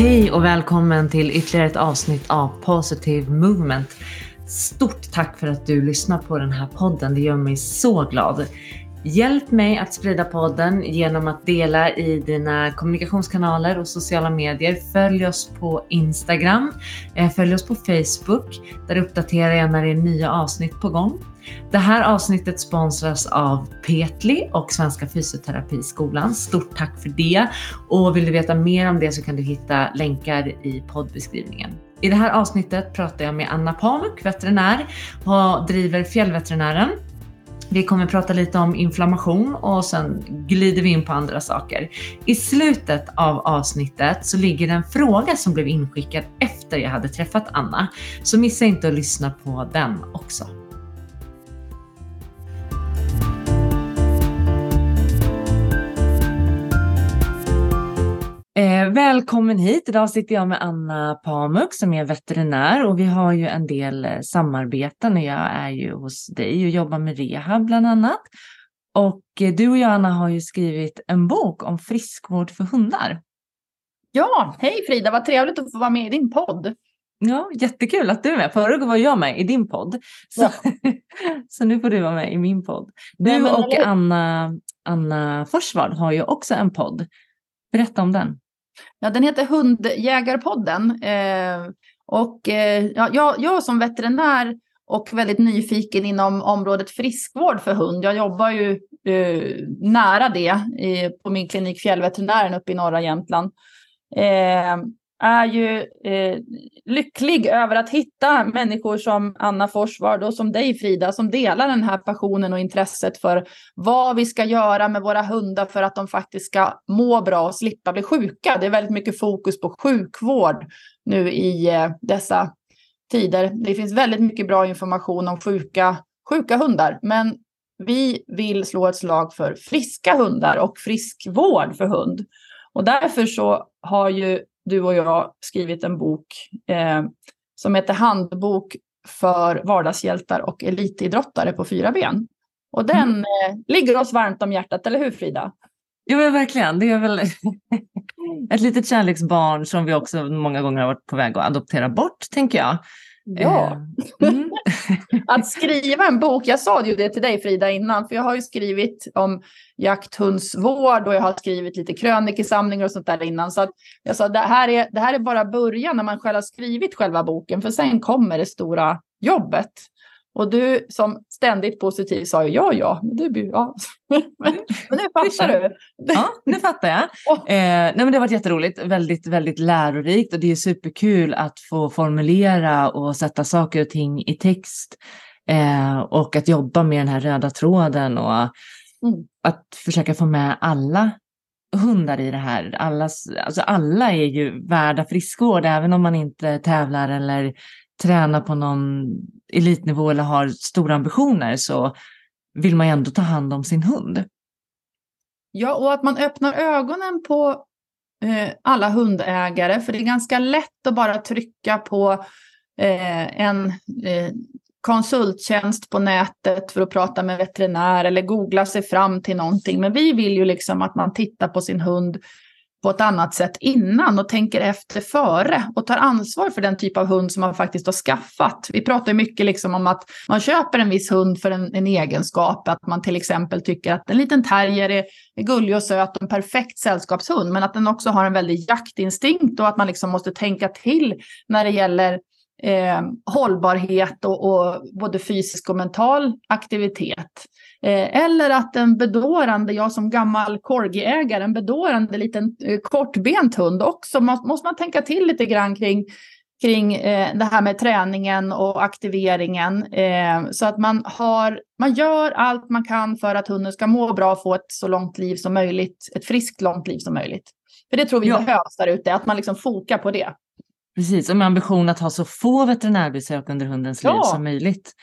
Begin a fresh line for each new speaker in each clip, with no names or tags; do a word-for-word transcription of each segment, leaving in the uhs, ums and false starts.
Hej och välkommen till ytterligare ett avsnitt av Positive Movement. Stort tack för att du lyssnar på den här podden, det gör mig så glad. Hjälp mig att sprida podden genom att dela i dina kommunikationskanaler och sociala medier. Följ oss på Instagram, följ oss på Facebook, där uppdaterar jag när det är nya avsnitt på gång. Det här avsnittet sponsras av Petli och Svenska Fysioterapiskolan. Stort tack för det. Och vill du veta mer om det så kan du hitta länkar i poddbeskrivningen. I det här avsnittet pratar jag med Anna Pamuk, veterinär, och driver Fjällveterinären. Vi kommer prata lite om inflammation och sen glider vi in på andra saker. I slutet av avsnittet så ligger det en fråga som blev inskickad efter jag hade träffat Anna. Så missa inte att lyssna på den också. Eh, välkommen hit. Idag sitter jag med Anna Pamuk som är veterinär och vi har ju en del eh, samarbeten. Jag är ju hos dig och jobbar med rehab bland annat. Och eh, du och jag, Anna, har ju skrivit en bok om friskvård för hundar.
Ja, hej Frida, vad trevligt att få vara med i din podd.
Ja, jättekul att du är med. Förra gången var jag med i din podd. Så, ja. Så nu får du vara med i min podd. Du Nej, men, och Anna, Anna Forsvard har ju också en podd. Berätta om den.
Ja, den heter Hundjägarpodden. Eh, och eh, ja, jag, jag som veterinär och väldigt nyfiken inom området friskvård för hund. Jag jobbar ju eh, nära det i, på min klinik Fjällveterinären uppe i norra Jämtland. Eh, är ju eh, lycklig över att hitta människor som Anna Forsvard och som dig Frida som delar den här passionen och intresset för vad vi ska göra med våra hundar för att de faktiskt ska må bra och slippa bli sjuka. Det är väldigt mycket fokus på sjukvård nu i eh, dessa tider. Det finns väldigt mycket bra information om sjuka, sjuka hundar, men vi vill slå ett slag för friska hundar och friskvård för hund. Och därför så har ju du och jag skrivit en bok eh, som heter Handbok för vardagshjältar och elitidrottare på fyra ben. Och den mm. eh, ligger oss varmt om hjärtat, eller hur Frida?
Ja, men verkligen. Det är väl ett litet kärleksbarn som vi också många gånger har varit på väg att adoptera bort, tänker jag.
Ja, mm. Att skriva en bok, jag sa ju det till dig Frida innan, för jag har ju skrivit om jakthundsvård och jag har skrivit lite krönikesamlingar och sånt där innan, så att jag sa det här är, det här är bara början när man själv har skrivit själva boken, för sen kommer det stora jobbet. Och du som ständigt positiv sa ju ja, ja, men du ja. men, men nu fattar du.
Ja, nu fattar jag. Eh, nej, men det har varit jätteroligt, väldigt, väldigt lärorikt och det är superkul att få formulera och sätta saker och ting i text eh, och att jobba med den här röda tråden och mm. att försöka få med alla hundar i det här. Allas, alltså alla är ju värda friskvård även om man inte tävlar eller tränar på någon elitnivå eller har stora ambitioner, så vill man ju ändå ta hand om sin hund.
Ja, och att man öppnar ögonen på eh, alla hundägare, för det är ganska lätt att bara trycka på eh, en eh, konsulttjänst på nätet för att prata med veterinär eller googla sig fram till någonting. Men vi vill ju liksom att man tittar på sin hund på ett annat sätt innan och tänker efter före och tar ansvar för den typ av hund som man faktiskt har skaffat. Vi pratar mycket liksom om att man köper en viss hund för en, en egenskap, att man till exempel tycker att en liten terrier är, är gullig och söt och en perfekt sällskapshund, men att den också har en väldig jaktinstinkt och att man liksom måste tänka till när det gäller eh, hållbarhet och, och både fysisk och mental aktivitet. Eller att en bedårande, jag som gammal corgiägare, en bedårande liten eh, kortbent hund också, måste, måste man tänka till lite grann kring, kring eh, det här med träningen och aktiveringen. Eh, så att man, har, man gör allt man kan för att hunden ska må bra och få ett så långt liv som möjligt, ett friskt långt liv som möjligt. För det tror vi ja. behövs där ute, att man liksom fokar på det.
Precis, och med ambition att ha så få veterinärbesök under hundens
ja.
liv som möjligt.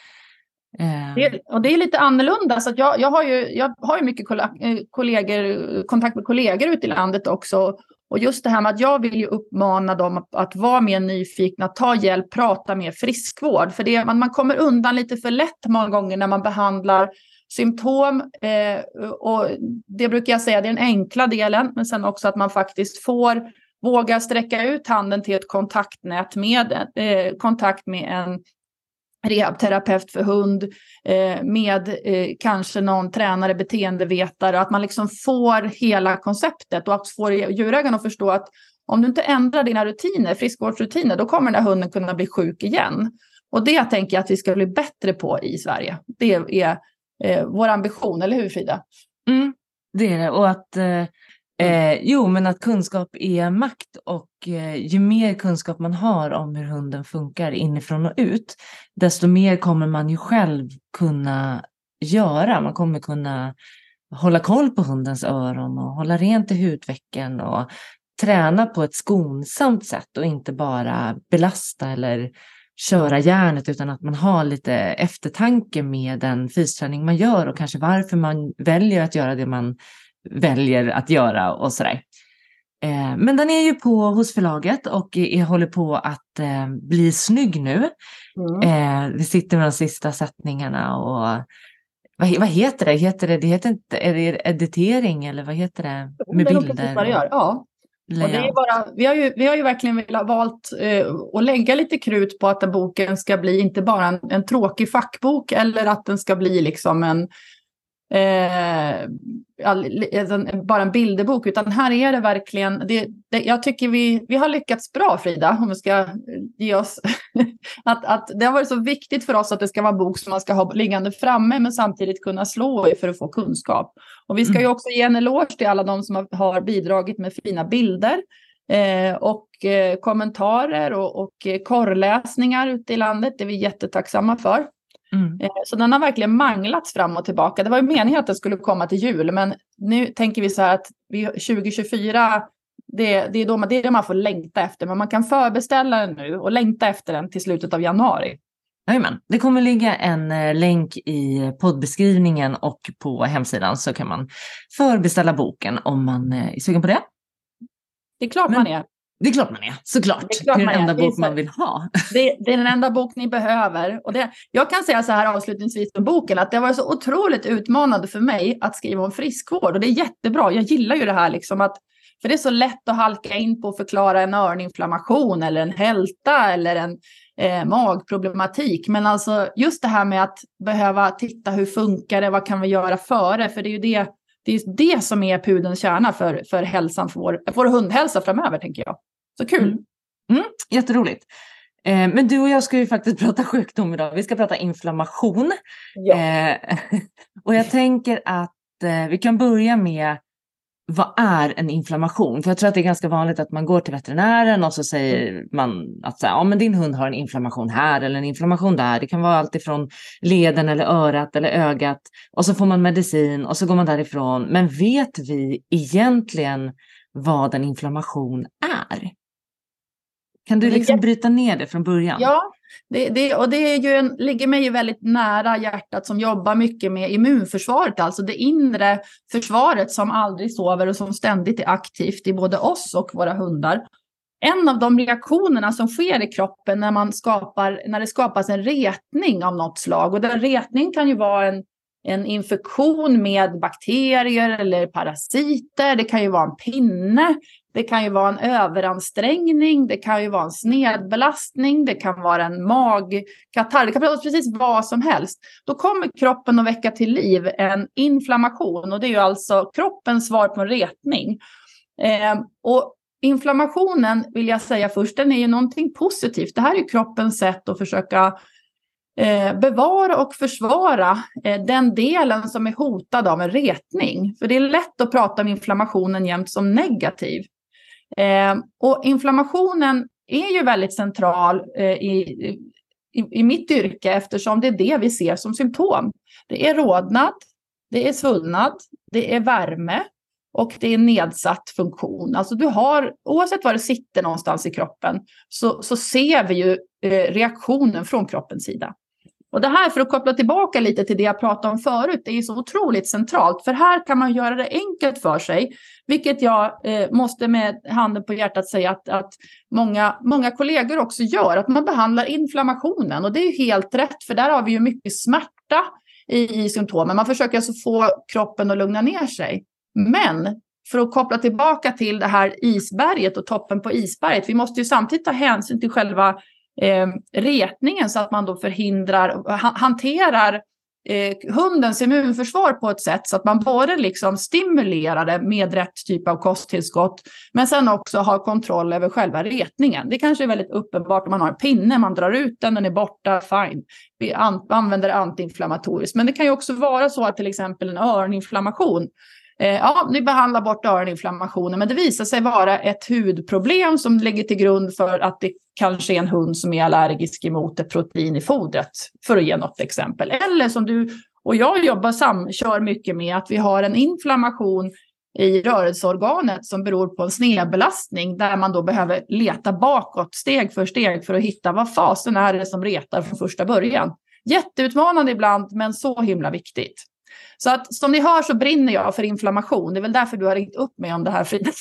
Det, och det är lite annorlunda, så att jag, jag har ju, jag har ju mycket kollegor, kontakt med kollegor ute i landet också, och just det här med att jag vill ju uppmana dem att, att vara mer nyfikna, ta hjälp, prata mer friskvård, för det, man, man kommer undan lite för lätt många gånger när man behandlar symptom, eh, och det brukar jag säga, det är den enkla delen, men sen också att man faktiskt får våga sträcka ut handen till ett kontaktnät med eh, kontakt med en rehabterapeut för hund, eh, med eh, kanske någon tränare, beteendevetare, att man liksom får hela konceptet och att får djurägaren att förstå att om du inte ändrar dina rutiner, friskvårdsrutiner, då kommer den här hunden kunna bli sjuk igen. Och det tänker jag att vi ska bli bättre på i Sverige. Det är eh, vår ambition, eller hur Frida?
Mm, det är det. Och att, eh, eh, jo, men att kunskap är makt, och eh, ju mer kunskap man har om hur hunden funkar inifrån och ut, desto mer kommer man ju själv kunna göra. Man kommer kunna hålla koll på hundens öron och hålla rent i hudvecken och träna på ett skonsamt sätt och inte bara belasta eller köra järnet, utan att man har lite eftertanke med den fysträning man gör och kanske varför man väljer att göra det man väljer att göra och sådär. Eh, men den är ju på hos förlaget och jag håller på att eh, bli snygg nu. Mm. Eh, vi sitter med de sista sättningarna och vad, vad heter det? Heter det? Det heter inte, är det editering eller vad heter det? Med
det
bilder?
Och, gör, ja. Och det är bara, vi, har ju, vi har ju verkligen valt eh, att lägga lite krut på att den boken ska bli inte bara en, en tråkig fackbok, eller att den ska bli liksom en, eh, en bara en bilderbok, utan här är det verkligen, det, det, jag tycker vi, vi har lyckats bra, Frida, om vi ska ge oss att, att det har varit så viktigt för oss att det ska vara en bok som man ska ha liggande framme men samtidigt kunna slå i för att få kunskap. Och vi ska ju också ge en eloge till alla de som har, har bidragit med fina bilder eh, och eh, kommentarer och, och eh, korrläsningar ute i landet. Det är vi jättetacksamma för. Mm. Eh, så den har verkligen manglats fram och tillbaka. Det var ju meningen att den skulle komma till jul, men nu tänker vi så här att vi, tjugo tjugofyra, det, det, är då man, det är det man får längta efter. Men man kan förbeställa den nu och längta efter den till slutet av januari.
Jajamän. Det kommer ligga en eh, länk i poddbeskrivningen och på hemsidan, så kan man förbeställa boken om man eh, är sugen på det.
Det är klart Men, man är.
Det är klart man är, såklart. Det är, klart det är den enda är. bok man vill ha.
Det, det är den enda bok ni behöver. Och det, jag kan säga så här avslutningsvis om boken, att det var så otroligt utmanande för mig att skriva om friskvård. Och det är jättebra, jag gillar ju det här liksom att, för det är så lätt att halka in på att förklara en öroninflammation eller en hälta eller en eh, magproblematik. Men alltså just det här med att behöva titta hur funkar det, vad kan vi göra före? För det är ju det, det, är det som är pudelns kärna för, för hälsan, för vår, för vår hundhälsa framöver, tänker jag. Så kul.
Mm. Mm, jätteroligt. Eh, men du och jag ska ju faktiskt prata sjukdom idag. Vi ska prata inflammation. Ja. Eh, och jag tänker att eh, vi kan börja med, vad är en inflammation? För jag tror att det är ganska vanligt att man går till veterinären och så säger man att så här, ja, men din hund har en inflammation här eller en inflammation där. Det kan vara allt ifrån leden eller örat eller ögat. Och så får man medicin och så går man därifrån. Men vet vi egentligen vad en inflammation är? Kan du liksom bryta ner det från början?
Ja, det, det, och det är ju en, ligger mig ju väldigt nära hjärtat som jobbar mycket med immunförsvaret. Alltså det inre försvaret som aldrig sover och som ständigt är aktivt i både oss och våra hundar. En av de reaktionerna som sker i kroppen när, man skapar, när det skapas en retning av något slag. Och den retning kan ju vara en, en infektion med bakterier eller parasiter. Det kan ju vara en pinne. Det kan ju vara en överansträngning, det kan ju vara en snedbelastning, det kan vara en magkatarr, det kan vara precis vad som helst. Då kommer kroppen att väcka till liv en inflammation, och det är ju alltså kroppens svar på en retning. Eh, och inflammationen, vill jag säga först, den är ju någonting positivt. Det här är ju kroppens sätt att försöka eh, bevara och försvara eh, den delen som är hotad av en retning. För det är lätt att prata om inflammationen jämt som negativ. Eh, och inflammationen är ju väldigt central eh, i, i, i mitt yrke, eftersom det är det vi ser som symptom. Det är rodnad, det är svullnad, det är värme och det är nedsatt funktion. Alltså du har, oavsett var det sitter någonstans i kroppen, så, så ser vi ju eh, reaktionen från kroppens sida. Och det här, för att koppla tillbaka lite till det jag pratade om förut, det är så otroligt centralt. För här kan man göra det enkelt för sig. Vilket jag eh, måste med handen på hjärtat säga att, att många, många kollegor också gör. Att man behandlar inflammationen. Och det är ju helt rätt, för där har vi ju mycket smärta i, i symptomen. Man försöker alltså få kroppen att lugna ner sig. Men för att koppla tillbaka till det här isberget och toppen på isberget, vi måste ju samtidigt ta hänsyn till själva eh, retningen så att man då förhindrar, ha, hanterar eh, hundens immunförsvar på ett sätt så att man både liksom stimulerar det med rätt typ av kosttillskott, men sen också har kontroll över själva retningen. Det kanske är väldigt uppenbart om man har en pinne, man drar ut den, den är borta, fine. Vi an- använder antiinflammatoriskt. Men det kan ju också vara så att till exempel en öroninflammation, eh, ja, ni behandlar bort öroninflammationen, men det visar sig vara ett hudproblem som ligger till grund för att det kanske är en hund som är allergisk emot ett protein i fodret, för att ge något exempel. Eller som du och jag jobbar sam, kör mycket med, att vi har en inflammation i rörelseorganet som beror på en snedbelastning där man då behöver leta bakåt steg för steg för att hitta vad fasen är det som retar från första början. Jätteutmanande ibland, men så himla viktigt. Så att som ni hör så brinner jag för inflammation. Det är väl därför du har ringt upp mig om det här, Frida.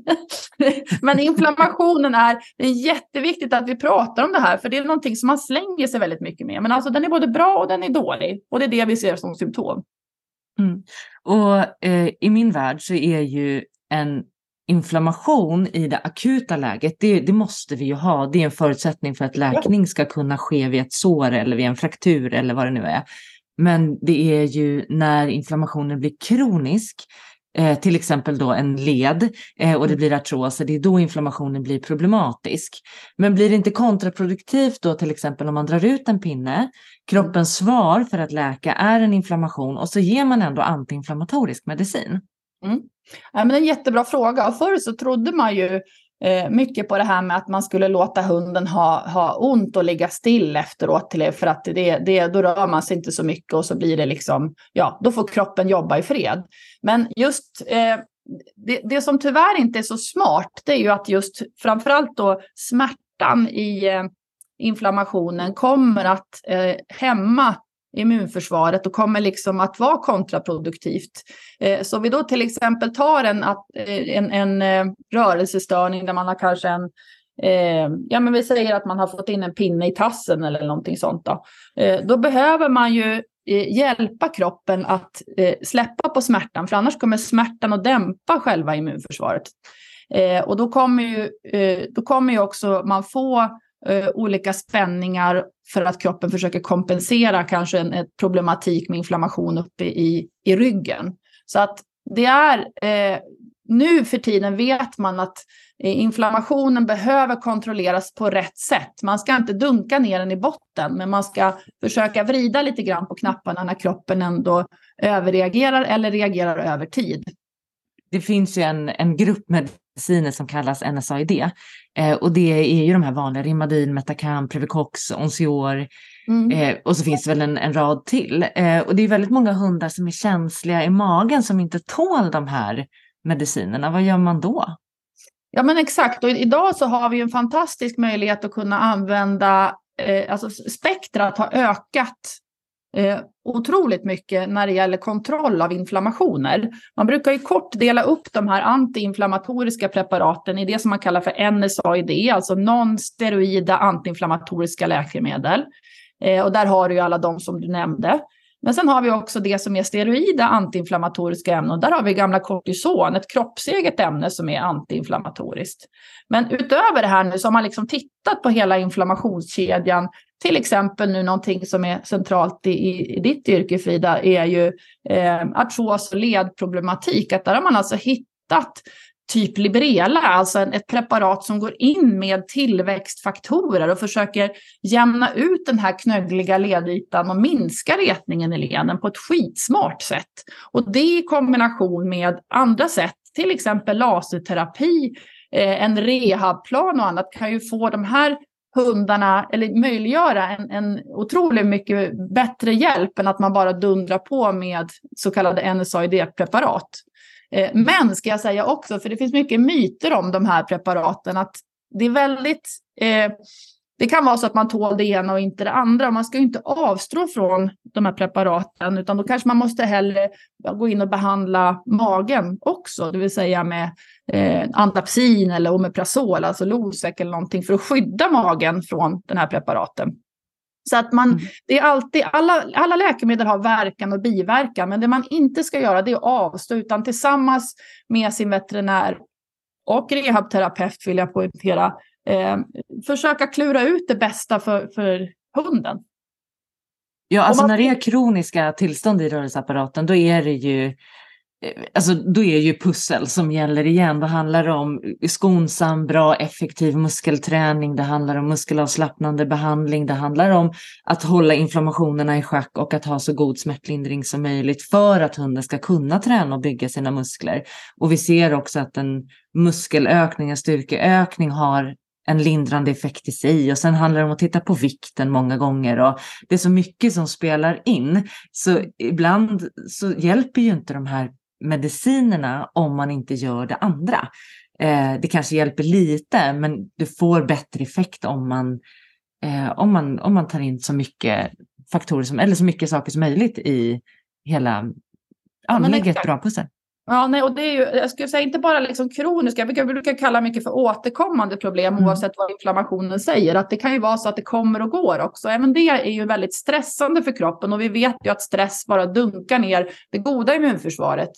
Men inflammationen är, det är jätteviktigt att vi pratar om det här. För det är någonting som man slänger sig väldigt mycket med. Men alltså den är både bra och den är dålig. Och det är det vi ser som symptom.
Mm. Och eh, i min värld så är ju en inflammation i det akuta läget, det, det måste vi ju ha. Det är en förutsättning för att läkning ska kunna ske vid ett sår eller vid en fraktur eller vad det nu är. Men det är ju när inflammationen blir kronisk, eh, till exempel då en led eh, och det blir artros, det är då inflammationen blir problematisk. Men blir det inte kontraproduktivt då till exempel om man drar ut en pinne, kroppens svar för att läka är en inflammation och så ger man ändå antiinflammatorisk medicin?
Mm. Ja, men det är en jättebra fråga. Förr så trodde man ju eh, mycket på det här med att man skulle låta hunden ha, ha ont och ligga still efteråt till det, för att det, det, då rör man sig inte så mycket och så blir det liksom, ja, då får kroppen jobba i fred. Men just eh, det, det som tyvärr inte är så smart, det är ju att just framförallt då smärtan i eh, inflammationen kommer att eh, hämma immunförsvaret och kommer liksom att vara kontraproduktivt. Eh, så vi då till exempel tar en, att, eh, en, en eh, rörelsestörning där man har kanske en, eh, ja men vi säger att man har fått in en pinne i tassen eller någonting sånt då. Eh, då behöver man ju eh, hjälpa kroppen att eh, släppa på smärtan, för annars kommer smärtan att dämpa själva immunförsvaret. Eh, och då kommer ju, eh, då kommer ju också man få Uh, olika spänningar för att kroppen försöker kompensera kanske en, en problematik med inflammation uppe i, i ryggen. Så att det är, eh, nu för tiden vet man att eh, inflammationen behöver kontrolleras på rätt sätt. Man ska inte dunka ner den i botten, men man ska försöka vrida lite grann på knapparna när kroppen ändå överreagerar eller reagerar över tid.
Det finns ju en, en grupp mediciner som kallas N S A I D. Eh, och det är ju de här vanliga Rimadin, Metacam, Previcox, Onsior. Mm. Eh, och så finns det väl en, en rad till. Eh, och det är väldigt många hundar som är känsliga i magen som inte tål de här medicinerna. Vad gör man då?
Ja men exakt. Och idag så har vi en fantastisk möjlighet att kunna använda, eh, alltså spektrat har ökat Eh, otroligt mycket när det gäller kontroll av inflammationer. Man brukar ju kort dela upp de här antiinflammatoriska preparaten i det som man kallar för N S A I D, alltså non-steroida antiinflammatoriska läkemedel. Eh, och där har du ju alla de som du nämnde. Men sen har vi också det som är steroida antiinflammatoriska ämnen. Och där har vi gamla kortison, ett kroppseget ämne som är antiinflammatoriskt. Men utöver det här nu så har man liksom tittat på hela inflammationskedjan. Till exempel nu någonting som är centralt i, i, i ditt yrke, Frida, är ju eh, artros och ledproblematik. Att där har man alltså hittat typ Librela, alltså en, ett preparat som går in med tillväxtfaktorer och försöker jämna ut den här knöggliga ledytan och minska retningen i leden på ett skitsmart sätt. Och det i kombination med andra sätt, till exempel laserterapi, eh, en rehabplan och annat, kan ju få de här hundarna, eller möjliggöra en, en otroligt mycket bättre hjälp än att man bara dundrar på med så kallade N S A I D-preparat. Eh, men ska jag säga också, för det finns mycket myter om de här preparaten, att det är väldigt, eh, det kan vara så att man tål det ena och inte det andra. Man ska ju inte avstå från de här preparaten, utan då kanske man måste hellre gå in och behandla magen också, det vill säga med eh, Antapsin eller Omeprazol, alltså Losec eller någonting, för att skydda magen från den här preparaten. Så att man,
Mm.
det är alltid, alla, alla läkemedel har verkan och biverkan, men det man inte ska göra det är att avstå, utan tillsammans med sin veterinär och rehabterapeut vill jag poängtera, eh, försöka klura ut det bästa för, för hunden.
Ja, alltså
man...
när det är kroniska tillstånd i rörelseapparaten, då är det ju Alltså, då är ju pussel som gäller igen. Det handlar om skonsam, bra, effektiv muskelträning. Det handlar om muskelavslappnande behandling. Det handlar om att hålla inflammationerna i schack och att ha så god smärtlindring som möjligt för att hunden ska kunna träna och bygga sina muskler. Och vi ser också att en muskelökning, en styrkeökning har en lindrande effekt i sig. Och sen handlar det om att titta på vikten många gånger. Och det är så mycket som spelar in. Så ibland så hjälper ju inte de här medicinerna om man inte gör det andra. Eh, det kanske hjälper lite, men du får bättre effekt om man, eh, om man, om man tar in så mycket faktorer som, eller så mycket saker som möjligt i hela, ja,
men
lägga ett bra pussel.
Ja, nej, och det är ju, jag skulle säga inte bara liksom kroniska, jag brukar kalla mycket för återkommande problem, mm. oavsett vad inflammationen säger, att det kan ju vara så att det kommer och går också. Även det är ju väldigt stressande för kroppen, och vi vet ju att stress bara dunkar ner det goda immunförsvaret.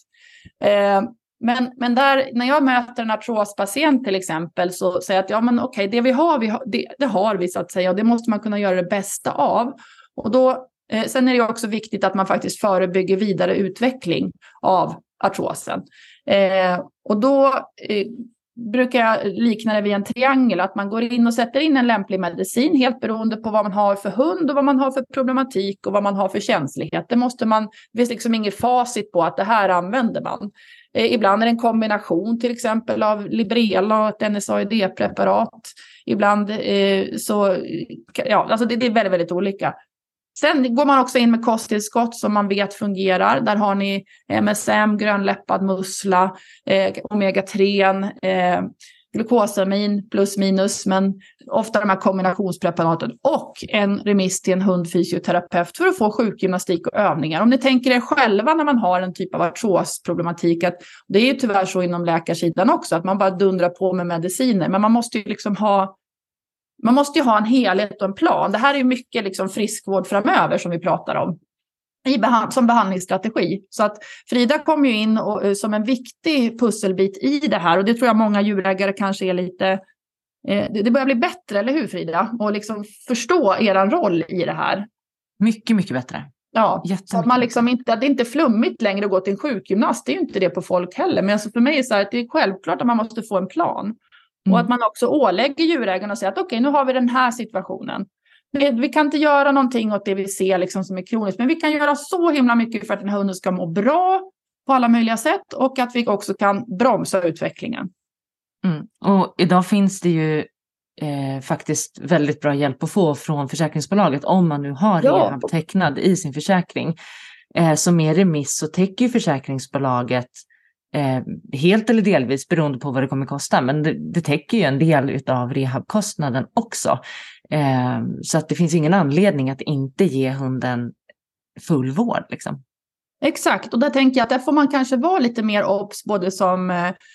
Eh, men, men där, när jag möter en artrospatient till exempel, så säger jag att ja, men okej, det vi har, vi har det, det har vi så att säga, och det måste man kunna göra det bästa av. Och då, eh, sen är det också viktigt att man faktiskt förebygger vidare utveckling av artrosen. Eh, och då eh, brukar jag likna det vid en triangel, att man går in och sätter in en lämplig medicin helt beroende på vad man har för hund och vad man har för problematik och vad man har för känslighet. Det måste man, det finns liksom inget facit på att det här använder man. Eh, ibland är det en kombination till exempel av Librela och ett N S A I D-preparat. Ibland eh, så, ja, alltså det, det är väldigt, väldigt olika. Sen går man också in med kosttillskott som man vet fungerar. Där har ni M S M, grönläppad mussla, eh, omega tre, eh, glukosamin plus minus, men ofta de här kombinationspreparaten, och en remiss till en hundfysioterapeut för att få sjukgymnastik och övningar. Om ni tänker er själva när man har en typ av artrosproblematik, att det är ju tyvärr så inom läkarsidan också, att man bara dundrar på med mediciner, men man måste ju liksom ha Man måste ju ha en helhet och en plan. Det här är ju mycket liksom friskvård framöver som vi pratar om i behand- som behandlingsstrategi. Så att Frida kom ju in och, som en viktig pusselbit i det här. Och det tror jag många djurägare kanske är lite... Eh, det, det börjar bli bättre, eller hur Frida? Och liksom förstå er roll i det här.
Mycket, mycket bättre.
Ja, så att man liksom inte, att det inte är flummigt längre att gå till en sjukgymnast. Det är ju inte det på folk heller. Men alltså för mig är det så här att det är självklart att man måste få en plan. Och att man också ålägger djurägarna och säger att okej, okay, nu har vi den här situationen. Vi, vi kan inte göra någonting åt det vi ser liksom som är kroniskt, men vi kan göra så himla mycket för att den här hunden ska må bra på alla möjliga sätt, och att vi också kan bromsa utvecklingen.
Mm. Och idag finns det ju eh, faktiskt väldigt bra hjälp att få från försäkringsbolaget om man nu har
Ja.
rehab tecknad i sin försäkring. Eh, så med remiss så täcker ju försäkringsbolaget Eh, helt eller delvis beroende på vad det kommer kosta, men det, det täcker ju en del av rehabkostnaden också. Eh, så att det finns ingen anledning att inte ge hunden full vård liksom.
Exakt, och där tänker jag att där får man kanske vara lite mer obs både som,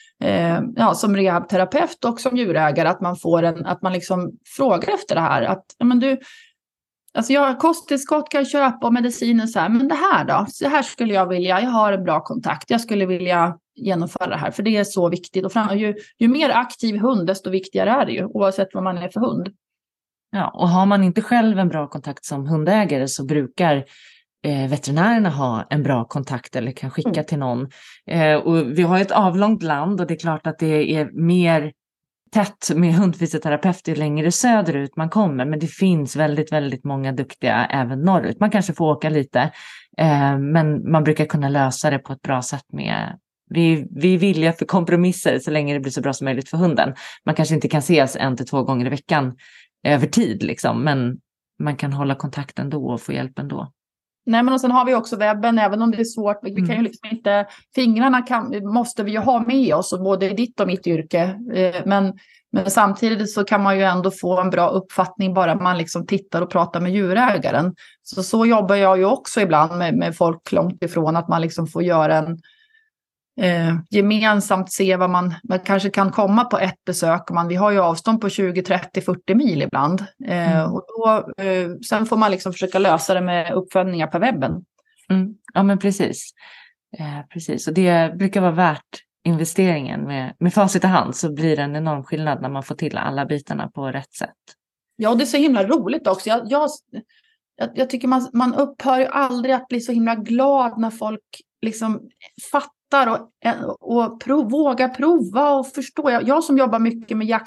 eh, ja, som rehabterapeut och som djurägare, att man får en, att man liksom frågar efter det här, att ja, men du, alltså jag kosttillskott kan köpa och mediciner så här, men det här då, så här skulle jag vilja, jag har en bra kontakt, jag skulle vilja genomföra det här, för det är så viktigt, och fram, ju, ju mer aktiv hund desto viktigare är det ju, oavsett vad man är för hund.
Ja, och har man inte själv en bra kontakt som hundägare så brukar eh, veterinärerna ha en bra kontakt eller kan skicka mm. till någon. Eh, och vi har ett avlångt land och det är klart att det är mer tätt med hundfysioterapeuter längre söderut man kommer, men det finns väldigt, väldigt många duktiga även norrut. Man kanske får åka lite, eh, men man brukar kunna lösa det på ett bra sätt med Vi, vi är villiga för kompromisser så länge det blir så bra som möjligt för hunden. Man kanske inte kan ses en till två gånger i veckan över tid, liksom, men man kan hålla kontakt ändå och få hjälp ändå.
Nej, men och sen har vi också webben, även om det är svårt. Vi mm. kan ju liksom inte, fingrarna kan, måste vi ju ha med oss, både i ditt och mitt yrke. Men, men samtidigt så kan man ju ändå få en bra uppfattning bara man liksom tittar och pratar med djurägaren. Så, så jobbar jag ju också ibland med, med folk långt ifrån, att man liksom får göra en eh, gemensamt se vad man, man kanske kan komma på ett besök. Man, vi har ju avstånd på tjugo, trettio, fyrtio mil ibland. Eh,
Mm.
och då, eh, sen får man liksom försöka lösa det med uppföljningar på webben.
Mm. Ja, men precis. Eh, precis. Och det brukar vara värt investeringen. Med, med facit i hand så blir det en enorm skillnad när man får till alla bitarna på rätt sätt.
Ja, och det är så himla roligt också. Jag, jag, jag, jag tycker man, man upphör ju aldrig att bli så himla glad när folk liksom fattar och, och prov, vågar prova och förstå. Jag, jag som jobbar mycket med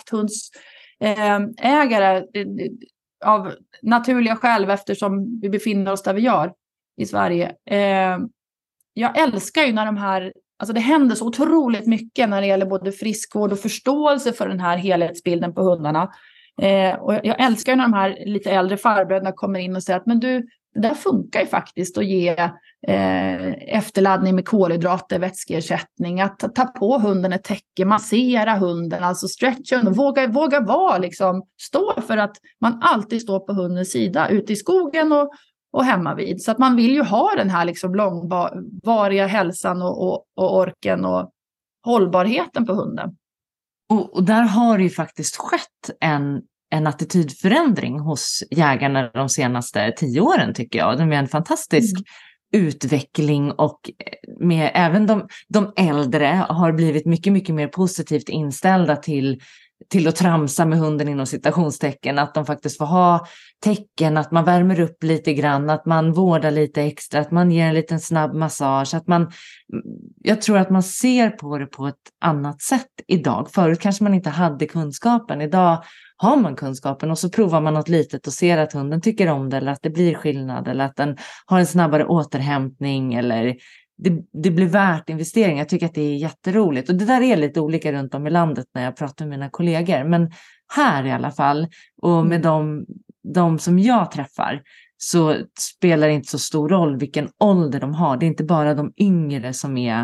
jakthundsägare eh, av naturliga skäl eftersom vi befinner oss där vi gör i Sverige. Eh, jag älskar ju när de här, alltså det händer så otroligt mycket när det gäller både friskvård och förståelse för den här helhetsbilden på hundarna. Eh, och jag älskar när de här lite äldre farbröderna kommer in och säger att men du, det där funkar ju faktiskt att ge eh, efterladdning med kolhydrater, vätskeersättning, att ta, ta på hunden ett täcke, massera hunden, alltså stretcha hunden, våga, våga vara liksom, stå för att man alltid står på hundens sida ute i skogen och, och hemma vid. Så att man vill ju ha den här liksom långvariga hälsan och, och, och orken och hållbarheten på hunden.
Och, och där har det ju faktiskt skett en, en attitydförändring hos jägarna de senaste tio åren tycker jag. Det är en fantastisk mm. utveckling och med, även de, de äldre har blivit mycket, mycket mer positivt inställda till, till att tramsa med hunden inom citationstecken. Att de faktiskt får ha tecken, att man värmer upp lite grann, att man vårdar lite extra, att man ger en liten snabb massage. Att man, jag tror att man ser på det på ett annat sätt idag. Förut kanske man inte hade kunskapen. Idag har man kunskapen och så provar man något litet och ser att hunden tycker om det eller att det blir skillnad eller att den har en snabbare återhämtning eller det, det blir värt investering. Jag tycker att det är jätteroligt och det där är lite olika runt om i landet när jag pratar med mina kollegor. Men här i alla fall och med de, de som jag träffar så spelar det inte så stor roll vilken ålder de har. Det är inte bara de yngre som är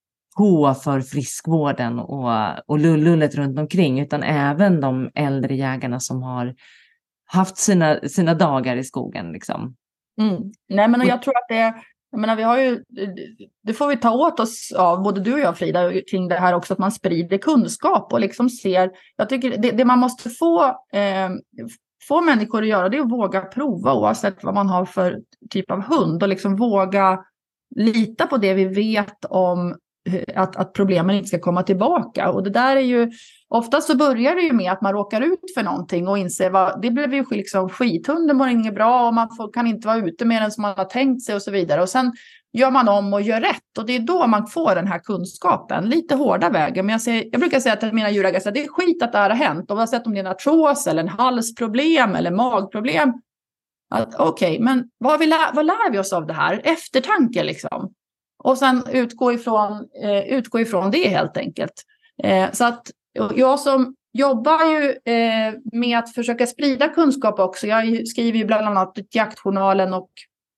på för friskvården och, och lullullet runt omkring utan även de äldre jägarna som har haft sina, sina dagar i skogen. Liksom.
Mm. Nej, men jag tror att det, jag menar, vi har ju, det får vi ta åt oss av, både du och jag Frida, kring det här också, att man sprider kunskap och liksom ser, jag tycker det, det man måste få, eh, få människor att göra det är att våga prova oavsett vad man har för typ av hund och liksom våga lita på det vi vet om Att, att problemen inte ska komma tillbaka. Och det där är ju, ofta så börjar det ju med att man råkar ut för någonting och inser vad, det blev ju liksom skithunden mår inget bra och man får, kan inte vara ute med den som man har tänkt sig och så vidare. Och sen gör man om och gör rätt och det är då man får den här kunskapen. Lite hårda vägar, men jag, säger, jag brukar säga till mina djurägare att det är skit att det här har hänt. Oavsett om det är en artros eller en halsproblem eller magproblem. Okej, okay, men vad, vi lär, vad lär vi oss av det här? Eftertanke liksom. Och sen utgå ifrån, eh, utgå ifrån det helt enkelt. Eh, så att jag som jobbar ju eh, med att försöka sprida kunskap också. Jag skriver ju bland annat Jaktjournalen och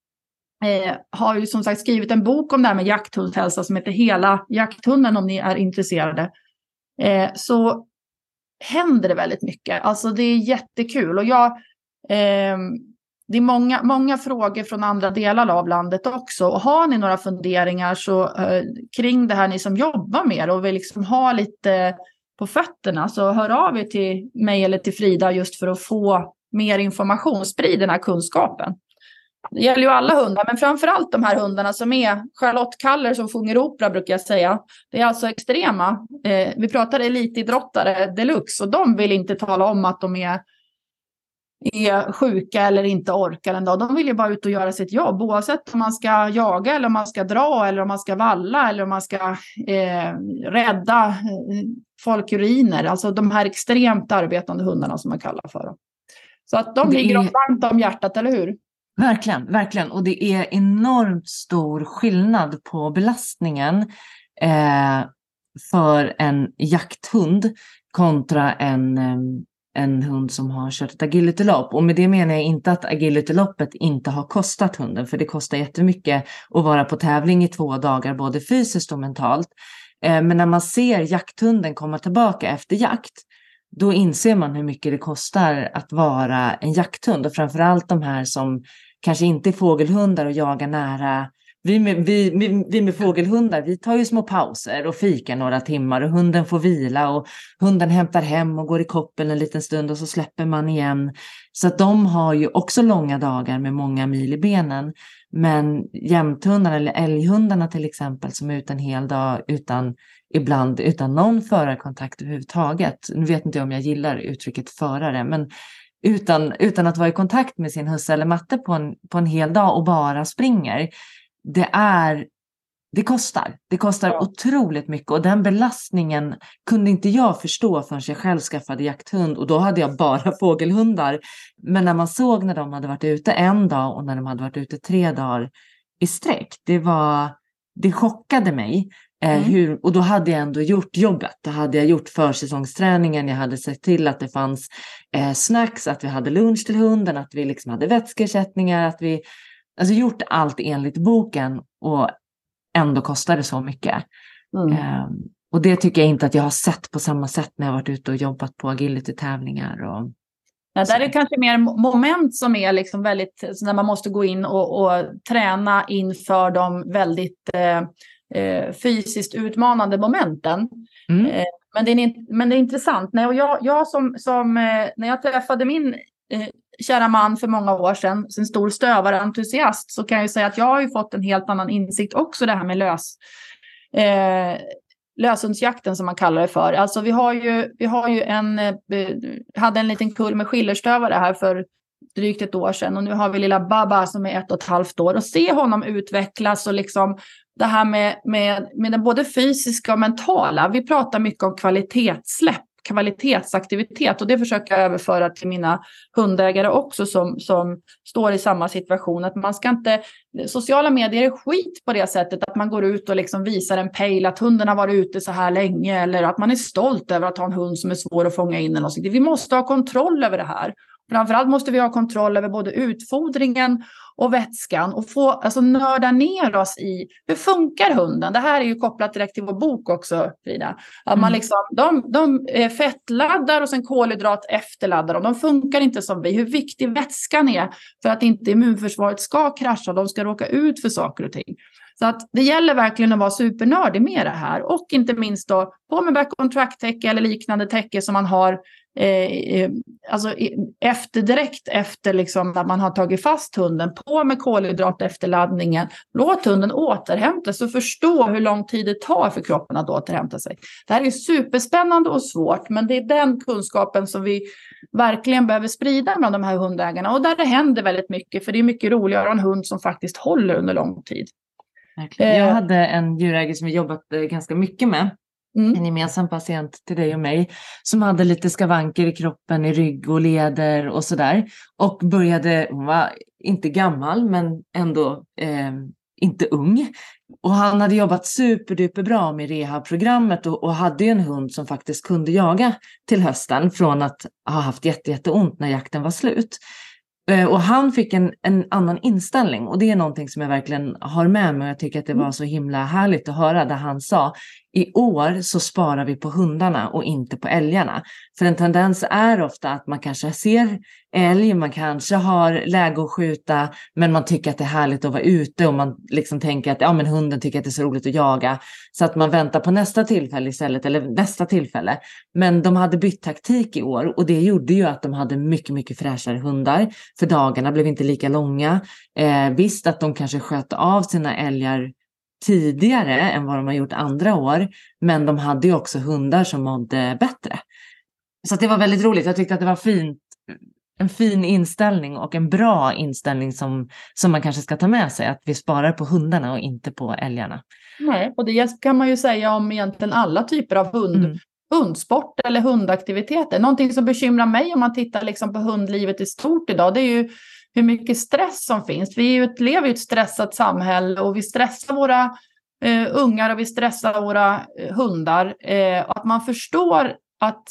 eh, har ju som sagt skrivit en bok om det här med jakthundhälsa som heter Hela jakthunden om ni är intresserade. Eh, så händer det väldigt mycket. Alltså det är jättekul och jag... Eh, Det är många, många frågor från andra delar av landet också. Och har ni några funderingar så, eh, kring det här ni som jobbar med och vill liksom ha lite på fötterna så hör av er till mig eller till Frida just för att få mer information. Sprid den här kunskapen. Det gäller ju alla hundar men framförallt de här hundarna som är Charlotte Kaller som sjunger opera brukar jag säga. Det är alltså extrema. Eh, vi pratar elitidrottare deluxe och de vill inte tala om att de är är sjuka eller inte orkar en dag. De vill ju bara ut och göra sitt jobb oavsett om man ska jaga eller om man ska dra eller om man ska valla eller om man ska eh, rädda eh, folkuriner. Alltså de här extremt arbetande hundarna som man kallar för dem. Så att de det ligger är... varmt om hjärtat, eller hur?
Verkligen, verkligen. Och det är enormt stor skillnad på belastningen eh, för en jakthund kontra en eh, en hund som har kört ett agilitylopp. Och med det menar jag inte att agilityloppet inte har kostat hunden. För det kostar jättemycket att vara på tävling i två dagar. Både fysiskt och mentalt. Eh, men när man ser jakthunden komma tillbaka efter jakt. Då inser man hur mycket det kostar att vara en jakthund. Och framförallt de här som kanske inte är fågelhundar och jagar nära Vi med, vi, vi, vi med fågelhundar, vi tar ju små pauser och fikar några timmar och hunden får vila och hunden hämtar hem och går i koppel en liten stund och så släpper man igen. Så att de har ju också långa dagar med många mil i benen. Men jämthundarna eller älghundarna till exempel som är ute en hel dag utan, ibland utan någon förarkontakt överhuvudtaget. Nu vet inte om jag gillar uttrycket förare, men utan, utan att vara i kontakt med sin husse eller matte på en, på en hel dag och bara springer. Det är, det kostar. Det kostar ja. otroligt mycket och den belastningen kunde inte jag förstå förrän jag själv skaffade jakthund och då hade jag bara fågelhundar. Men när man såg när de hade varit ute en dag och när de hade varit ute tre dagar i sträck, det var, det chockade mig. Eh, mm. hur, och då hade jag ändå gjort jobbet. Då hade jag gjort försäsongsträningen. Jag hade sett till att det fanns eh, snacks, att vi hade lunch till hunden, att vi liksom hade vätskeersättningar, att vi alltså gjort allt enligt boken och ändå kostar det så mycket. Mm. Eh, och det tycker jag inte att jag har sett på samma sätt när jag varit ute och jobbat på agility-tävlingar. Och
ja, där är det kanske mer moment som är liksom väldigt, när man måste gå in och, och träna inför de väldigt eh, eh, fysiskt utmanande momenten. Mm. Eh, men, det är, men det är intressant. När jag, jag som, som, eh, när jag träffade min eh, kära man för många år sedan, en stor stövarentusiast, så kan jag ju säga att jag har ju fått en helt annan insikt också, det här med lös eh, löshundsjakten som man kallar det för. Alltså vi har ju, vi har ju en eh, hade en liten kull med skillerstövare här för drygt ett år sedan och nu har vi lilla Baba som är ett och ett halvt år och se honom utvecklas och liksom det här med, med, med den både fysiska och mentala. Vi pratar mycket om kvalitetssläpp, kvalitetsaktivitet och det försöker jag överföra till mina hundägare också som, som står i samma situation. Att man ska inte, sociala medier är skit på det sättet att man går ut och liksom visar en pejl att hunden har varit ute så här länge eller att man är stolt över att ha en hund som är svår att fånga in eller något. Vi måste ha kontroll över det här. Framförallt måste vi ha kontroll över både utfodringen och vätskan och få alltså nörda ner oss i hur funkar hunden. Det här är ju kopplat direkt till vår bok också, Frida. Att man liksom, de, de fettladdar och sen kolhydrat efterladdar dem. De funkar inte som vi. Hur viktig vätskan är för att inte immunförsvaret ska krascha. De ska råka ut för saker och ting. Så att det gäller verkligen att vara supernördig med det här. Och inte minst då på med back-on-track-täcke eller liknande täcke som man har Eh, alltså efter, direkt efter liksom att man har tagit fast hunden, på med kolhydrat efter laddningen, låt hunden återhämta sig och förstå hur lång tid det tar för kroppen att återhämta sig. Det här är ju superspännande och svårt, men det är den kunskapen som vi verkligen behöver sprida bland de här hundägarna och där det händer väldigt mycket, för det är mycket roligare att ha en hund som faktiskt håller under lång tid.
Verkligen. Jag hade en djurägare som vi jobbat ganska mycket med. Mm. En gemensam patient till dig och mig som hade lite skavanker i kroppen, i rygg och leder och sådär. Och började, hon var inte gammal men ändå eh, inte ung. Och han hade jobbat superduper bra med rehabprogrammet och, och hade ju en hund som faktiskt kunde jaga till hösten från att ha haft jätte, jätteont när jakten var slut. Och han fick en, en annan inställning och det är någonting som jag verkligen har med mig och jag tycker att det var så himla härligt att höra där han sa i år så sparar vi på hundarna och inte på älgarna. För en tendens är ofta att man kanske ser älg, man kanske har läge att skjuta men man tycker att det är härligt att vara ute och man liksom tänker att ja, men hunden tycker att det är så roligt att jaga så att man väntar på nästa tillfälle istället eller nästa tillfälle. Men de hade bytt taktik i år och det gjorde ju att de hade mycket, mycket fräschare hundar för dagarna blev inte lika långa. Eh, visst att de kanske sköt av sina älgar tidigare än vad de har gjort andra år. Men de hade ju också hundar som mådde bättre. Så att det var väldigt roligt. Jag tyckte att det var fint, en fin inställning och en bra inställning som, som man kanske ska ta med sig. Att vi sparar på hundarna och inte på älgarna. Nej,
och det kan man ju säga om egentligen alla typer av hund. Mm. Hundsport eller hundaktiviteter. Någonting som bekymrar mig om man tittar liksom på hundlivet i stort idag. Det är ju hur mycket stress som finns. Vi är ju ett, lever i ett stressat samhälle och vi stressar våra eh, ungar och vi stressar våra eh, hundar. Eh, och att man förstår att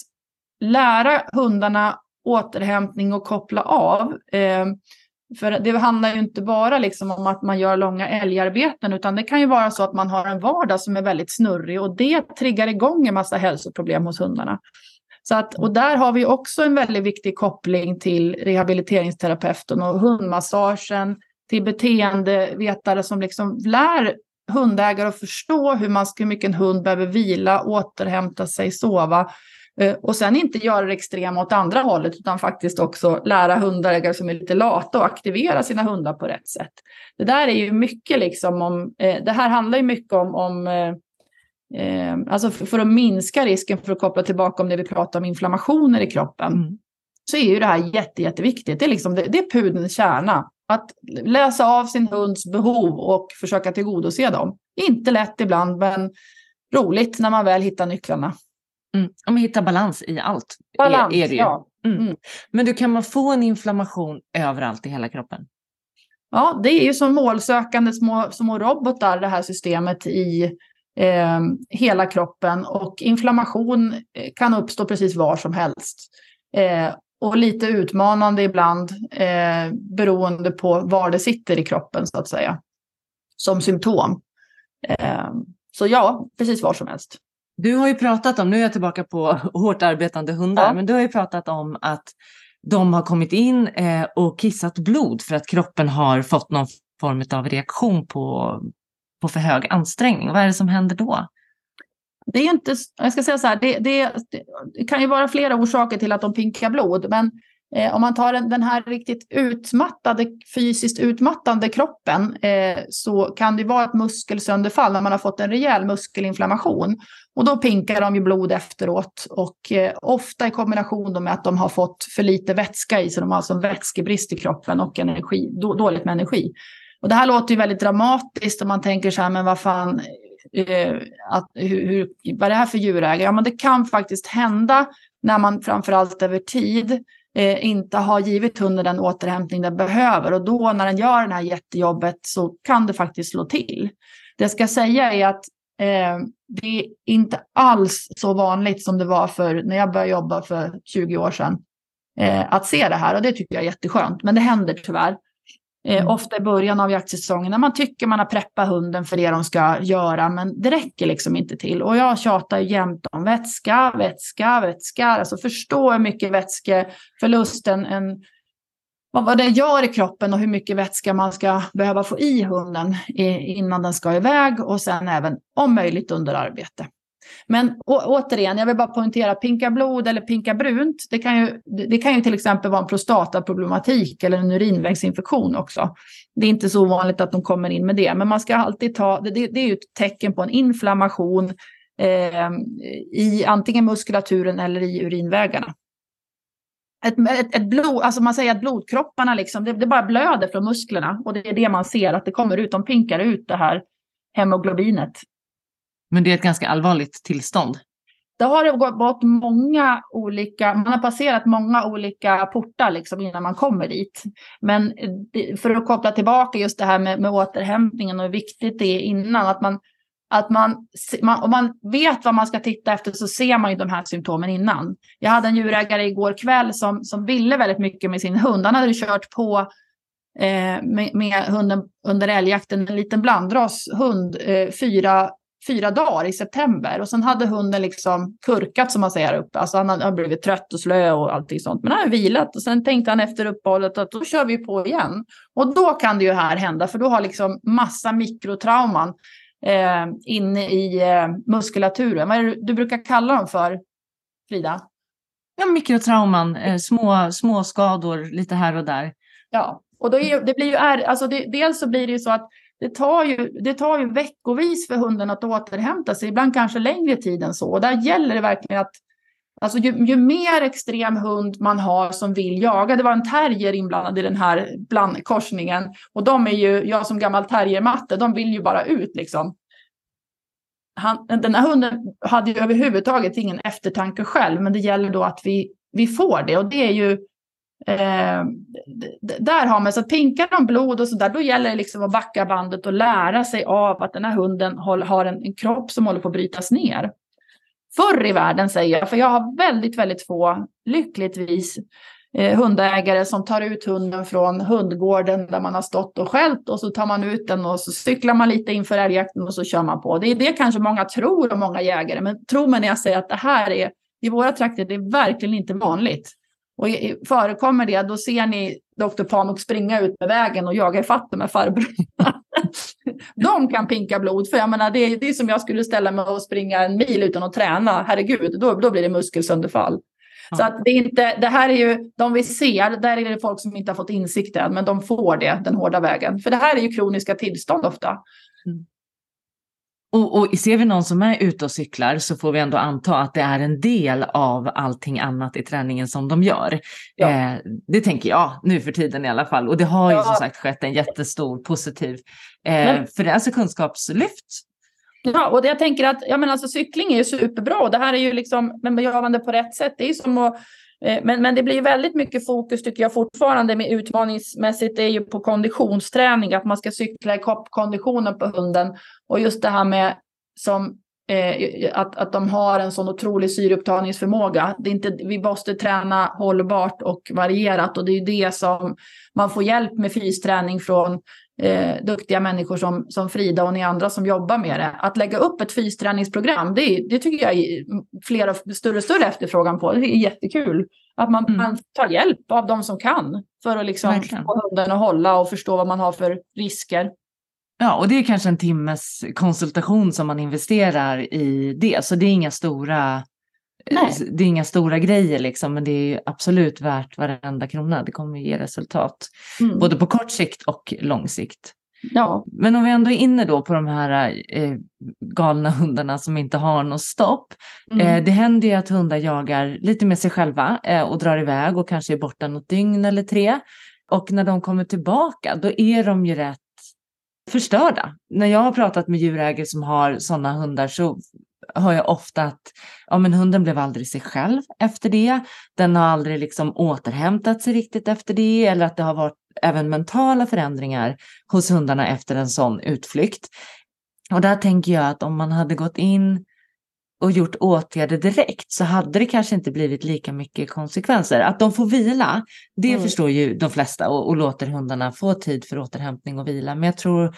lära hundarna återhämtning och koppla av. Eh, för det handlar ju inte bara liksom om att man gör långa älgarbeten utan det kan ju vara så att man har en vardag som är väldigt snurrig och det triggar igång en massa hälsoproblem hos hundarna. Så att, och där har vi också en väldigt viktig koppling till rehabiliteringsterapeuten och hundmassagen till beteendevetare som liksom lär hundägare att förstå hur, man ska, hur mycket en hund behöver vila, återhämta sig, sova. Och sen inte göra det extrema åt andra hållet, utan faktiskt också lära hundägare som är lite lata och aktivera sina hundar på rätt sätt. Det där är ju mycket liksom om, eh, det här handlar ju mycket om, om eh, alltså för, för att minska risken för att koppla tillbaka om det vi pratar om inflammationer i kroppen. Mm. Så är ju det här jätte, jätteviktigt. Det är liksom, det, det är pudelns kärna. Att läsa av sin hunds behov och försöka tillgodose dem. Inte lätt ibland, men roligt när man väl hittar nycklarna.
Mm. Om man hittar balans i allt.
Balans,
är, är det ju.
Ja.
Mm.
Mm.
Men du, kan man få en inflammation överallt i hela kroppen?
Ja, det är ju som målsökande små, små robotar, det här systemet i eh, hela kroppen. Och inflammation kan uppstå precis var som helst. Eh, och lite utmanande ibland eh, beroende på var det sitter i kroppen så att säga. Som symptom. Eh, så ja, precis var som helst.
Du har ju pratat om, nu är jag tillbaka på hårt arbetande hundar, ja. Men du har ju pratat om att de har kommit in eh, och kissat blod för att kroppen har fått någon form av reaktion på, på för hög ansträngning. Vad är det som händer då?
Det är inte, jag ska säga så här, det, det, det kan ju vara flera orsaker till att de pinkar blod, men eh, om man tar den, den här riktigt utmattade, fysiskt utmattande kroppen eh, så kan det vara ett muskelsönderfall när man har fått en rejäl muskelinflammation. Och då pinkar de ju blod efteråt och eh, ofta i kombination med att de har fått för lite vätska i sig. De har alltså en vätskebrist i kroppen och energi, då, dåligt med energi. Och det här låter ju väldigt dramatiskt om man tänker så här, men vad fan, eh, att, hur, hur, vad är det här för djurägare? Ja, men det kan faktiskt hända när man framförallt över tid eh, inte har givit hunden den återhämtning den behöver. Och då när den gör det här jättejobbet så kan det faktiskt slå till. Det jag ska säga är att Eh, det är inte alls så vanligt som det var för när jag började jobba för tjugo år sedan eh, att se det här, och det tycker jag är jätteskönt, men det händer tyvärr eh, mm. ofta i början av jaktsäsongen när man tycker man har preppat hunden för det de ska göra, men det räcker liksom inte till. Och jag tjatar jämt om vätska, vätska, vätska, alltså förstå hur mycket vätskeförlusten en vad det gör i kroppen och hur mycket vätska man ska behöva få i hunden innan den ska iväg, och sen även om möjligt under arbete. Men å, återigen, jag vill bara poängtera, pinka blod eller pinka brunt, det kan ju, det kan ju till exempel vara en prostataproblematik eller en urinvägsinfektion också. Det är inte så vanligt att de kommer in med det, men man ska alltid ta, det, det är ju ett tecken på en inflammation eh, i antingen muskulaturen eller i urinvägarna. Ett, ett, ett blod, alltså man säger att blodkropparna liksom, det, det bara blöder från musklerna, och det är det man ser att det kommer ut, de pinkar ut det här hemoglobinet.
Men det är ett ganska allvarligt tillstånd.
Det har gått många olika, man har passerat många olika portar liksom innan man kommer dit. Men för att koppla tillbaka just det här med, med återhämtningen och hur viktigt det är innan, att man Att man, man, om man vet vad man ska titta efter så ser man ju de här symptomen innan. Jag hade en djurägare igår kväll som, som ville väldigt mycket med sin hund. Han hade kört på eh, med, med hunden under älgjakten, en liten blandrashund, eh, fyra, fyra dagar i september. Och sen hade hunden liksom kurkat som man säger uppe. Alltså han hade blivit trött och slö och allting sånt. Men han hade vilat, och sen tänkte han efter uppehållet att då kör vi på igen. Och då kan det ju här hända, för då har liksom massa mikrotrauman Eh, inne i eh, muskulaturen. Vad är det du brukar kalla dem för, Frida?
Ja, mikrotrauman, eh, små, små skador lite här och där.
Ja, och då är, det blir ju är, alltså det, dels så blir det ju så att det tar ju, det tar ju veckovis för hunden att återhämta sig, ibland kanske längre tid än så. Och där gäller det verkligen att alltså ju, ju mer extrem hund man har som vill jaga, det var en terrier inblandad i den här bland, korsningen, och de är ju, jag som gammal terriermatte, de vill ju bara ut liksom. Han, den här hunden hade ju överhuvudtaget ingen eftertanke själv, men det gäller då att vi, vi får det, och det är ju eh, där har man så att pinkar de blod och så där, då gäller det liksom att backa bandet och lära sig av att den här hunden har en, en kropp som håller på att brytas ner. Förr i världen säger jag, för jag har väldigt, väldigt få, lyckligtvis, eh, hundägare som tar ut hunden från hundgården där man har stått och skällt, och så tar man ut den och så cyklar man lite inför älgjakten och så kör man på. Det är det kanske många tror och många jägare, men tror man när jag säger att det här är, i våra trakter, det är verkligen inte vanligt. Och förekommer det, då ser ni doktor Pamuk springa ut med vägen och jaga i fatt med farbrorna. De kan pinka blod, för jag menar, det är, det är som jag skulle ställa mig och springa en mil utan att träna. Herregud, då, då blir det muskelsönderfall. Ja. Så att det, är inte, det här är ju, de vi ser, där är det folk som inte har fått insikt än, men de får det, den hårda vägen. För det här är ju kroniska tillstånd ofta. Mm.
Och, och ser vi någon som är ute och cyklar, så får vi ändå anta att det är en del av allting annat i träningen som de gör. Ja. Eh, det tänker jag nu för tiden i alla fall. Och det har ju ja. som sagt skett en jättestor positiv, eh, Men... för det är alltså kunskapslyft.
Ja, och det jag tänker att, ja men alltså cykling är ju superbra. Och det här är ju liksom, men begravande på rätt sätt. Det är ju som att, eh, men, men det blir väldigt mycket fokus tycker jag fortfarande med utmaningsmässigt. Det är ju på konditionsträning, att man ska cykla i konditionen på hunden. Och just det här med som, eh, att, att de har en sån otrolig syreupptagningsförmåga. Det är inte, vi måste träna hållbart och varierat. Och det är ju det som man får hjälp med fysträning från Eh, duktiga människor som, som Frida och ni andra som jobbar med det. Att lägga upp ett fysträningsprogram, det, det tycker jag är flera större och större efterfrågan på. Det är jättekul. Att man, mm. man tar hjälp av de som kan för att liksom få hunden att hålla och förstå vad man har för risker.
Ja, och det är kanske en timmes konsultation som man investerar i det. Så det är inga stora... Nej. Det är inga stora grejer liksom, men det är absolut värt varenda krona. Det kommer ge resultat mm. både på kort sikt och lång sikt.
Ja.
Men om vi ändå är inne då på de här eh, galna hundarna som inte har något stopp. Mm. Eh, det händer ju att hundar jagar lite med sig själva eh, och drar iväg och kanske är borta något dygn eller tre. Och när de kommer tillbaka, då är de ju rätt förstörda. När jag har pratat med djurägare som har sådana hundar, så hör jag ofta att ja, men hunden blev aldrig sig själv efter det. Den har aldrig liksom återhämtat sig riktigt efter det. Eller att det har varit även mentala förändringar hos hundarna efter en sån utflykt. Och där tänker jag att om man hade gått in och gjort åtgärder direkt, så hade det kanske inte blivit lika mycket konsekvenser. Att de får vila, det mm. förstår ju de flesta och, och låter hundarna få tid för återhämtning och vila. Men jag tror,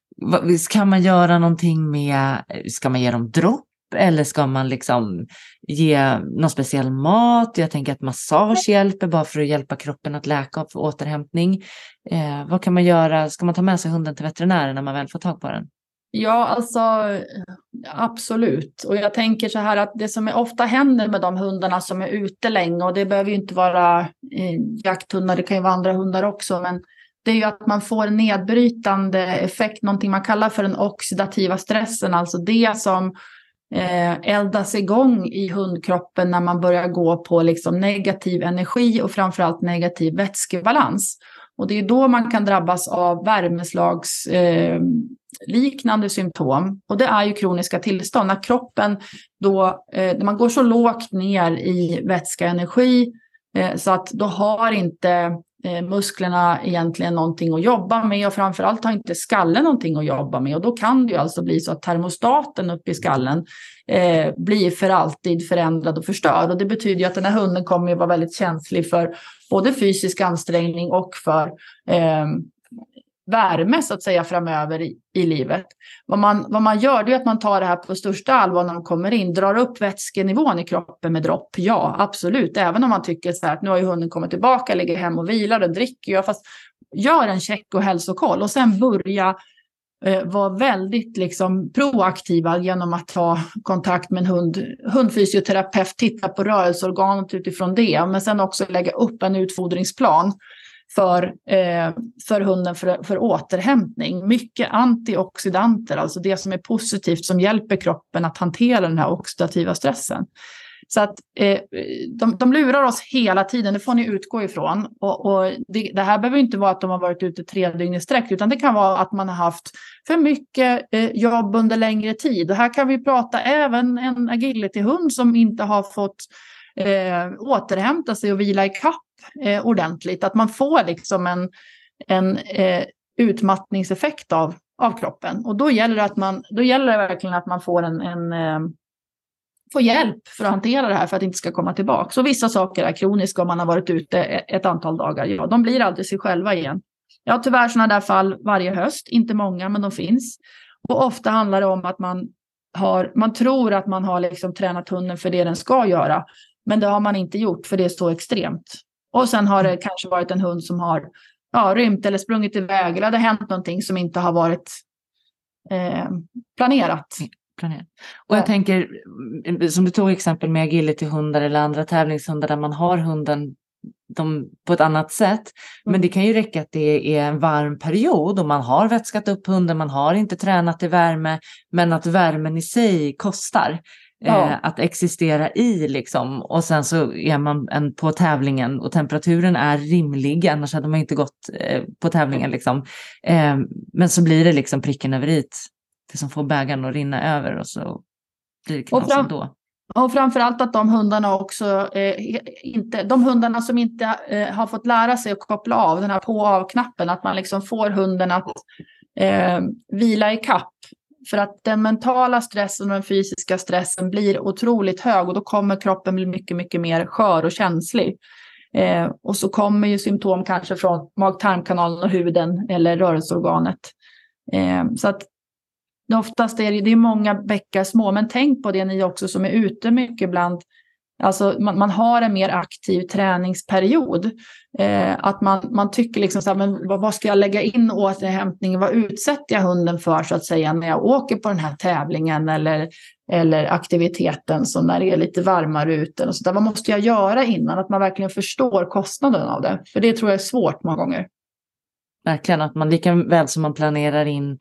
kan man göra någonting med, ska man ge dem dropp? Eller ska man liksom ge någon speciell mat? Jag tänker att massage hjälper bara för att hjälpa kroppen att läka och få återhämtning. Eh, vad kan man göra? Ska man ta med sig hunden till veterinären när man väl får tag på den?
Ja, alltså absolut. Och jag tänker så här att det som är ofta händer med de hundarna som är ute länge, och det behöver ju inte vara eh, jakthundar, det kan ju vara andra hundar också, men det är ju att man får en nedbrytande effekt, någonting man kallar för den oxidativa stressen, alltså det som eldas igång i hundkroppen när man börjar gå på liksom negativ energi och framförallt negativ vätskebalans. Och det är då man kan drabbas av värmeslags eh, liknande symptom. Och det är ju kroniska tillstånd. När kroppen då, eh, när man går så lågt ner i vätskeenergi eh, så att då har inte musklerna egentligen någonting att jobba med, och framförallt har inte skallen någonting att jobba med, och då kan det ju alltså bli så att termostaten uppe i skallen eh, blir för alltid förändrad och förstörd, och det betyder ju att den här hunden kommer att vara väldigt känslig för både fysisk ansträngning och för eh, värme så att säga framöver i, i livet. Vad man, vad man gör, det är att man tar det här på största allvar när de kommer in, drar upp vätskenivån i kroppen med dropp. Ja, absolut. Även om man tycker så här att nu har ju hunden kommit tillbaka, ligger hem och vilar och dricker. Ja, fast gör en check och hälsokoll och sen börja eh, vara väldigt liksom proaktiva genom att ta kontakt med en hund, hundfysioterapeut, titta på rörelseorganet utifrån det, men sen också lägga upp en utfodringsplan för, eh, för hunden för, för återhämtning. Mycket antioxidanter, alltså det som är positivt som hjälper kroppen att hantera den här oxidativa stressen. Så att eh, de, de lurar oss hela tiden, det får ni utgå ifrån. Och, och det, det här behöver inte vara att de har varit ute tre dygn i sträck, utan det kan vara att man har haft för mycket eh, jobb under längre tid. Och här kan vi prata även en agility-hund som inte har fått eh, återhämta sig och vila i kapp Eh, ordentligt, att man får liksom en, en eh, utmattningseffekt av, av kroppen, och då gäller det att man då gäller det verkligen att man får en, en eh, får hjälp för att hantera det här för att det inte ska komma tillbaka. Så vissa saker är kroniska om man har varit ute ett antal dagar, ja, de blir aldrig sig själva igen. Jag har tyvärr sådana där fall varje höst, inte många men de finns, och ofta handlar det om att man har, man tror att man har liksom tränat hunden för det den ska göra. Men det har man inte gjort för det är så extremt. Och sen har det kanske varit en hund som har ja, rymt eller sprungit iväg. Eller det har hänt någonting som inte har varit eh, planerat.
planerat. Och jag ja. tänker, som du tog exempel med agility-hundar eller andra tävlingshundar där man har hunden de, på ett annat sätt. Mm. Men det kan ju räcka att det är en varm period och man har vätskat upp hunden, man har inte tränat i värme, men att värmen i sig kostar. Ja. Eh, att existera i liksom, och sen så är man en, på tävlingen och temperaturen är rimlig, annars hade man inte gått eh, på tävlingen liksom. Eh, men så blir det liksom pricken över i, det som får bägaren att rinna över och så blir det knas
fram-
då.
Och framförallt att de hundarna också eh, inte, de hundarna som inte eh, har fått lära sig att koppla av den här på- och av-knappen, att man liksom får hunden att eh, vila i kapp. För att den mentala stressen och den fysiska stressen blir otroligt hög och då kommer kroppen bli mycket, mycket mer skör och känslig. Eh, och så kommer ju symptom kanske från mag-tarmkanalen och huden eller rörelseorganet. Eh, så att oftast är det, det är många bäckar små, men tänk på det ni också som är ute mycket ibland. Alltså man, man har en mer aktiv träningsperiod. Eh, att man, man tycker liksom så här, men vad, vad ska jag lägga in återhämtning? Vad utsätter jag hunden för så att säga när jag åker på den här tävlingen eller, eller aktiviteten så när det är lite varmare ute och så där. Vad måste jag göra innan? Att man verkligen förstår kostnaden av det. För det tror jag är svårt många gånger.
Verkligen, att man lika väl som man planerar in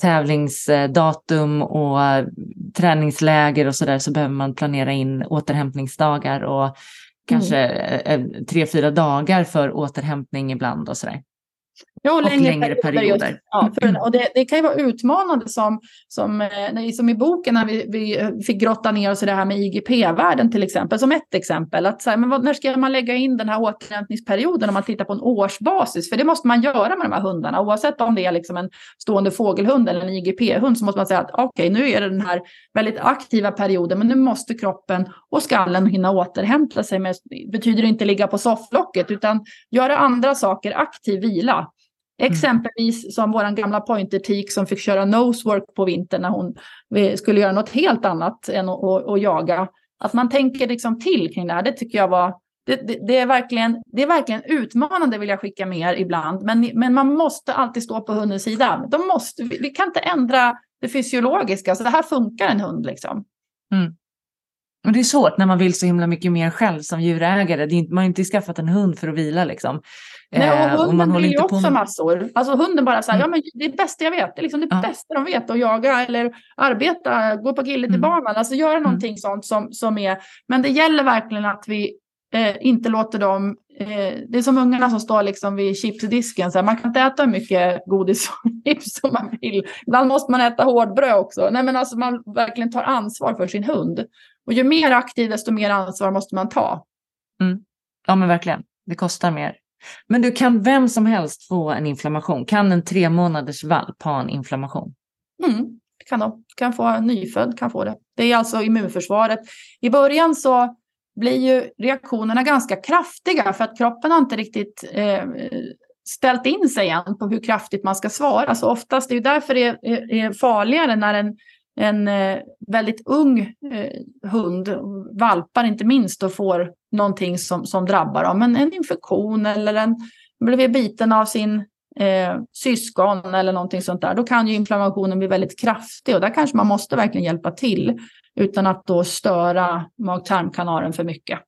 tävlingsdatum och träningsläger och sådär så behöver man planera in återhämtningsdagar och kanske mm. tre, fyra dagar för återhämtning ibland och sådär.
Ja, och,
och
längre,
längre perioder.
perioder. Ja, för, och det, det kan ju vara utmanande som, som, som i boken när vi, vi fick grotta ner oss i det här med I G P-värden till exempel, som ett exempel. Att så här, men vad, när ska man lägga in den här återhämtningsperioden om man tittar på en årsbasis? För det måste man göra med de här hundarna. Oavsett om det är liksom en stående fågelhund eller en I G P-hund så måste man säga att okej, okay, nu är det den här väldigt aktiva perioden men nu måste kroppen och skallen hinna återhämta sig. Med, betyder det inte ligga på sofflocket utan göra andra saker, aktiv vila. Exempelvis som våran gamla pointer-tik som fick köra nosework på vintern när hon skulle göra något helt annat än att, att, att jaga. Att man tänker liksom till kring det här, det tycker jag var, det, det, det, är, verkligen, det är verkligen utmanande vill jag skicka med er ibland. Men, men man måste alltid stå på hundens sida. De måste, vi, vi kan inte ändra det fysiologiska, så det här funkar en hund liksom.
Mm. Och det är svårt när man vill så himla mycket mer själv som djurägare. Det är inte, man har inte skaffat en hund för att vila liksom.
Nej, och hunden och man vill ju också
på...
massor. Alltså hunden bara säger, mm. ja men det är det bästa jag vet. Det är liksom det ja. bästa de vet att jaga eller arbeta, gå på agility till banan. Alltså göra någonting mm. sånt som, som är. Men det gäller verkligen att vi eh, inte låter dem. Eh, det är som ungarna som står liksom vid chipsdisken. Så här, man kan inte äta hur mycket godis och chips som man vill. Ibland måste man äta hårdbröd också. Nej men alltså man verkligen tar ansvar för sin hund. Och ju mer aktiv desto mer ansvar måste man ta.
Mm. Ja men verkligen, det kostar mer. Men du, kan vem som helst få en inflammation? Kan en tre månaders valp ha en inflammation?
Mm, kan de. Kan få en nyfödd, kan få det. Det är alltså immunförsvaret. I början så blir ju reaktionerna ganska kraftiga för att kroppen har inte riktigt eh, ställt in sig än på hur kraftigt man ska svara. Så oftast, det är ju därför det är, är, är farligare när en en eh, väldigt ung eh, hund, valpar inte minst, och får någonting som, som drabbar dem. En, en infektion eller en blir biten av sin eh, syskon eller någonting sånt där. Då kan ju inflammationen bli väldigt kraftig och där kanske man måste verkligen hjälpa till utan att då störa mag-tarmkanalen för mycket.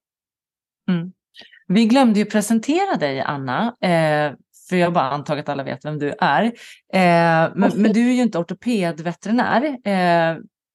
Mm. Vi glömde ju presentera dig, Anna. Eh... För jag har bara antagit att alla vet vem du är. Eh, men, men du är ju inte ortopedveterinär. Eh,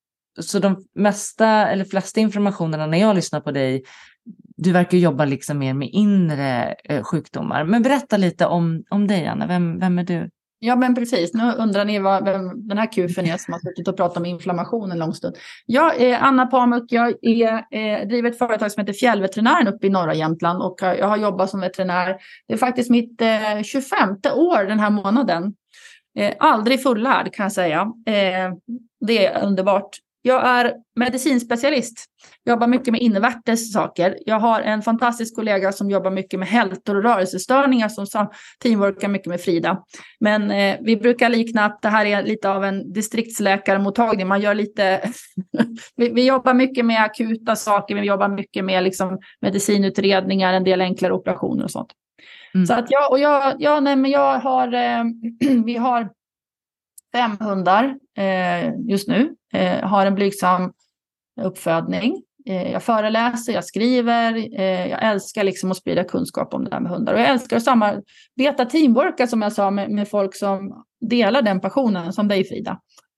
så de mesta eller flesta informationerna när jag lyssnar på dig, du verkar jobba liksom mer med inre eh, sjukdomar. Men berätta lite om, om dig, Anna. Vem, vem är du?
Ja men precis, nu undrar ni vad, vem den här kufen är som har suttit och pratat om inflammation en lång stund. Jag är Anna Pamuk, jag är, eh, driver ett företag som heter Fjällveterinären uppe i norra Jämtland och jag har jobbat som veterinär. Det är faktiskt mitt eh, tjugofemte år den här månaden. Eh, aldrig fullärd kan jag säga. Eh, det är underbart. Jag är medicinspecialist. Jobbar mycket med invärtes saker. Jag har en fantastisk kollega som jobbar mycket med hältor och rörelsestörningar som teamworkar mycket med Frida. Men eh, vi brukar likna att det här är lite av en distriktsläkarmottagning. Man gör lite... vi, vi jobbar mycket med akuta saker. Vi jobbar mycket med liksom, medicinutredningar, en del enklare operationer och sånt. Mm. Så att jag, och jag, ja, nej, men jag har... Eh, vi har fem hundar eh, just nu. Eh, har en blygsam uppfödning. Eh, jag föreläser, jag skriver. Eh, jag älskar liksom att sprida kunskap om det här med hundar. Och jag älskar att samarbeta, teamworka som jag sa med, med folk som delar den passionen som dig, Frida.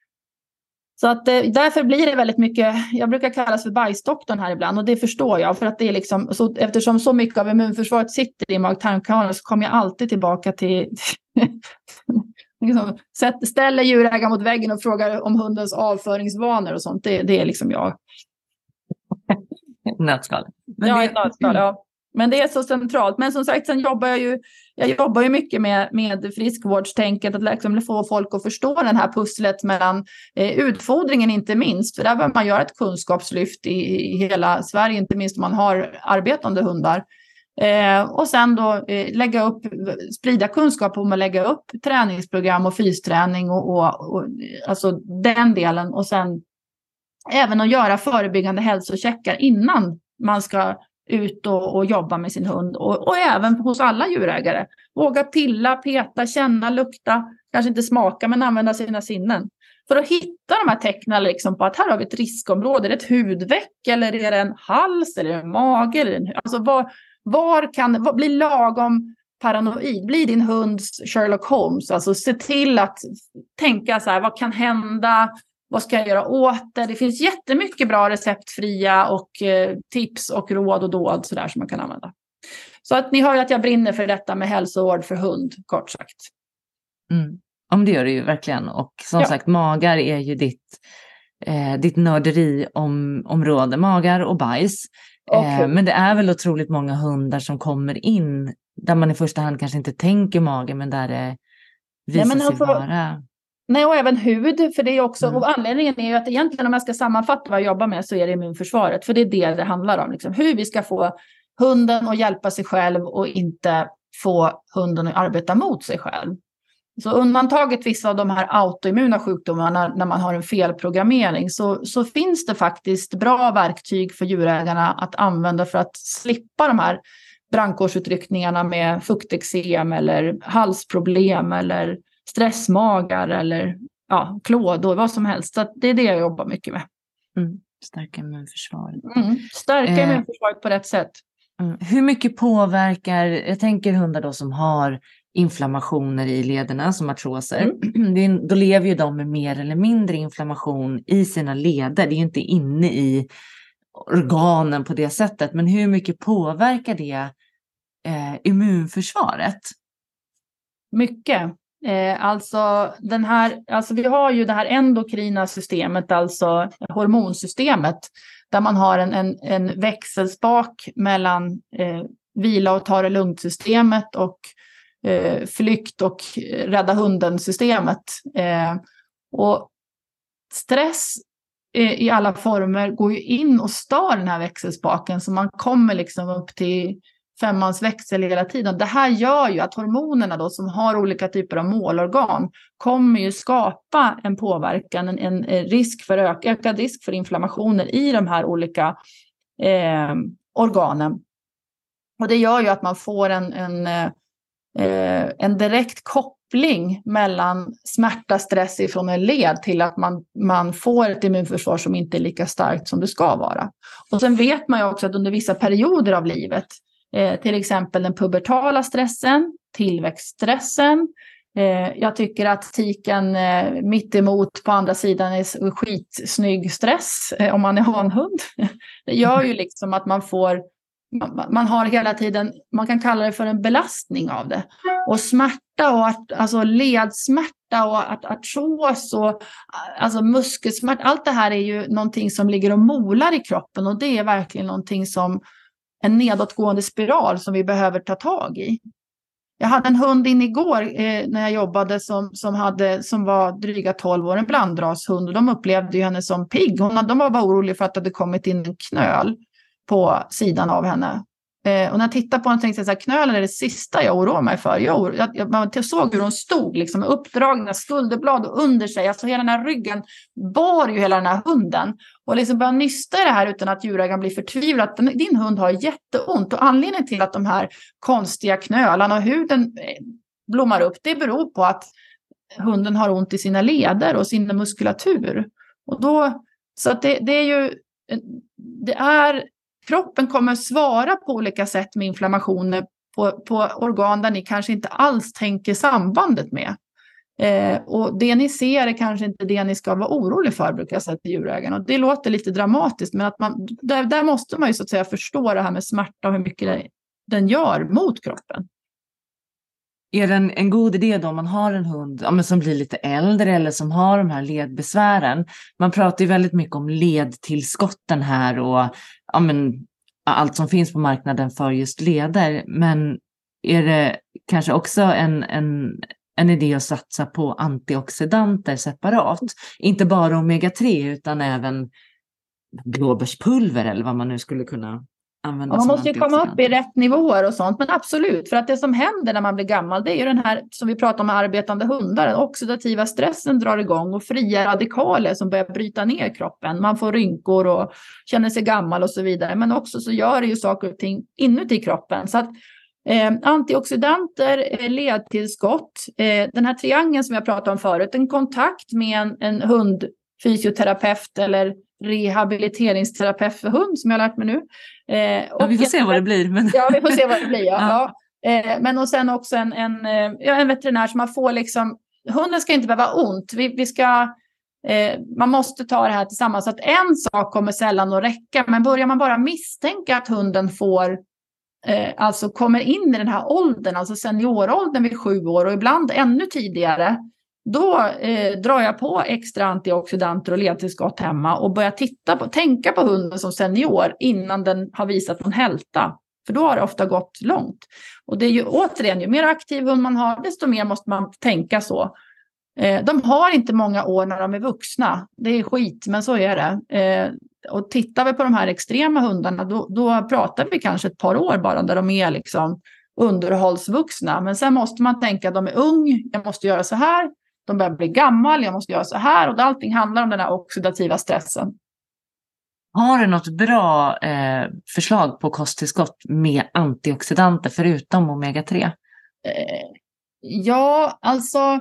Så att eh, därför blir det väldigt mycket, jag brukar kallas för bajsdoktorn här ibland och det förstår jag för att det är liksom, så, eftersom så mycket av immunförsvaret sitter i mag-tarmkanalen så kommer jag alltid tillbaka till liksom, ställer djurägaren mot väggen och frågar om hundens avföringsvanor och sånt, det, det är liksom jag.
Nötskal.
Men ja, det... nötskal, ja. Men det är så centralt. Men som sagt, sen jobbar jag ju, jag jobbar ju mycket med, med friskvårdstänket, att liksom få folk att förstå den här pusslet mellan eh, utfodringen inte minst. För där behöver man göra ett kunskapslyft i, i hela Sverige, inte minst om man har arbetande hundar. Eh, och sen då eh, lägga upp, sprida kunskap om att lägga upp träningsprogram och fysträning och, och, och alltså den delen. Och sen även att göra förebyggande hälsocheckar innan man ska ut och, och jobba med sin hund. Och, och även hos alla djurägare. Våga pilla, peta, känna, lukta. Kanske inte smaka men använda sina sinnen. För att hitta de här tecknen liksom på att här har vi ett riskområde. Är det ett hudveck eller är det en hals eller en mage? Eller en, alltså var, var kan vad blir lagom paranoid? Blir din hunds Sherlock Holmes? Alltså se till att tänka så här, vad kan hända? Vad ska jag göra åt det? Det finns jättemycket bra receptfria och eh, tips och råd och dåd så där som man kan använda. Så att ni hör ju att jag brinner för detta med hälsovård för hund, kort sagt.
Mm. Om det gör det ju verkligen. Och som
ja.
sagt, magar är ju ditt, eh, ditt nörderi om område. Magar och bajs. Okay. Eh, men det är väl otroligt många hundar som kommer in där man i första hand kanske inte tänker mage, men där det visar Nej, men sig alltså... vara...
Nej, och även hud, för det är också, mm. och anledningen är ju att egentligen om jag ska sammanfatta vad jag jobbar med så är det immunförsvaret, för det är det det handlar om, liksom. Hur vi ska få hunden att hjälpa sig själv och inte få hunden att arbeta mot sig själv. Så undantaget vissa av de här autoimmuna sjukdomarna när man har en felprogrammering så, så finns det faktiskt bra verktyg för djurägarna att använda för att slippa de här brandkårsutryckningarna med fukteksem eller halsproblem eller stressmagar eller ja, klådor, vad som helst. Så det är det jag jobbar mycket med.
Mm. Stärka immunförsvaret.
Mm. Stärka eh, immunförsvaret på rätt sätt.
Mm. Hur mycket påverkar, jag tänker hundar då som har inflammationer i lederna som artroser. Mm. Då lever ju de med mer eller mindre inflammation i sina leder. Det är ju inte inne i organen på det sättet. Men hur mycket påverkar det eh, immunförsvaret?
Mycket. Eh, alltså, den här, alltså vi har ju det här endokrina systemet, alltså hormonsystemet, där man har en, en, en växelspak mellan eh, vila och ta det lugnt-systemet och eh, flykt och rädda hunden-systemet. Eh, och stress eh, i alla former går ju in och stör den här växelspaken, så man kommer liksom upp till femmans växel hela tiden. Det här gör ju att hormonerna då som har olika typer av målorgan kommer ju skapa en påverkan, en, en risk för ök, ökad risk för inflammationer i de här olika eh, organen. Och det gör ju att man får en, en, eh, en direkt koppling mellan smärta, stress ifrån en led till att man, man får ett immunförsvar som inte är lika starkt som det ska vara. Och sen vet man ju också att under vissa perioder av livet, Eh, till exempel den pubertala stressen, tillväxtstressen. Eh, jag tycker att tiken eh, mitt emot på andra sidan är skitsnygg stress eh, om man är hanhund. Det gör ju liksom att man får, man, man har hela tiden, man kan kalla det för en belastning av det. Och smärta och att, alltså ledsmärta och att artros och alltså muskelsmärta, allt det här är ju någonting som ligger och molar i kroppen, och det är verkligen någonting som en nedåtgående spiral som vi behöver ta tag i. Jag hade en hund in igår eh, när jag jobbade som, som, hade, som var dryga tolv år, en blandrashund. Och de upplevde ju henne som pigg. Hon, de var bara oroliga för att det hade kommit in en knöl på sidan av henne. Eh, och när jag tittade på henne tänkte jag så här, knölen är det sista jag oroar mig för. Jag, jag, jag, jag såg hur hon stod liksom, med uppdragna skulderblad under sig. Alltså hela den här ryggen bar ju hela den här hunden. Och liksom börja nysta i det här utan att djurägaren blir förtvivlad. Att din hund har jätteont. Och anledningen till att de här konstiga knölarna och huden blommar upp, det beror på att hunden har ont i sina leder och sin muskulatur. Och då, så att det, det är ju, det är, kroppen kommer svara på olika sätt med inflammationer på, på organ där ni kanske inte alls tänker sambandet med. Eh, och det ni ser är kanske inte det ni ska vara orolig för, brukar jag säga till djurägarna. Och det låter lite dramatiskt, men att man, där, där måste man ju så att säga förstå det här med smärta och hur mycket det, den gör mot kroppen.
Är det en, en god idé då om man har en hund ja, men som blir lite äldre eller som har de här ledbesvären? Man pratar ju väldigt mycket om ledtillskotten här och ja, men, allt som finns på marknaden för just leder. Men är det kanske också en, en, en idé att satsa på antioxidanter separat? Inte bara omega tre utan även blåbärspulver eller vad man nu skulle kunna använda.
Ja, man måste ju komma upp i rätt nivåer och sånt, men absolut, för att det som händer när man blir gammal, det är ju den här som vi pratar om med arbetande hundar, den oxidativa stressen drar igång och fria radikaler som börjar bryta ner kroppen. Man får rynkor och känner sig gammal och så vidare, men också så gör det ju saker och ting inuti kroppen. Så att eh, antioxidanter, eh, ledtillskott, eh, den här triangeln som jag pratade om förut, en kontakt med en, en hundfysioterapeut eller rehabiliteringsterapeut för hund som jag har lärt mig nu. Eh, och
ja, vi får se vad det blir. Men...
Ja, vi får se vad det blir. Ja. Ja. Eh, men och sen också en, en, ja, en veterinär som man får liksom, hunden ska inte behöva ont. Vi, vi ska, eh, man måste ta det här tillsammans. Så att en sak kommer sällan att räcka. Men börjar man bara misstänka att hunden får, eh, alltså kommer in i den här åldern, alltså senioråldern vid sju år och ibland ännu tidigare, då eh, drar jag på extra antioxidanter och ledtillskott hemma och börjar titta på, tänka på hunden som senior innan den har visat någon hälta. För då har det ofta gått långt. Och det är ju återigen, ju mer aktiv hund man har, desto mer måste man tänka så. Eh, de har inte många år när de är vuxna. Det är skit, men så är det. Eh, och tittar vi på de här extrema hundarna, då, då pratar vi kanske ett par år bara där de är liksom underhållsvuxna. Men sen måste man tänka att de är ung, jag måste göra så här. De börjar bli gammal, jag måste göra så här. Och allting handlar om den här oxidativa stressen.
Har du något bra eh, förslag på kosttillskott med antioxidanter förutom omega tre?
Eh, ja, alltså...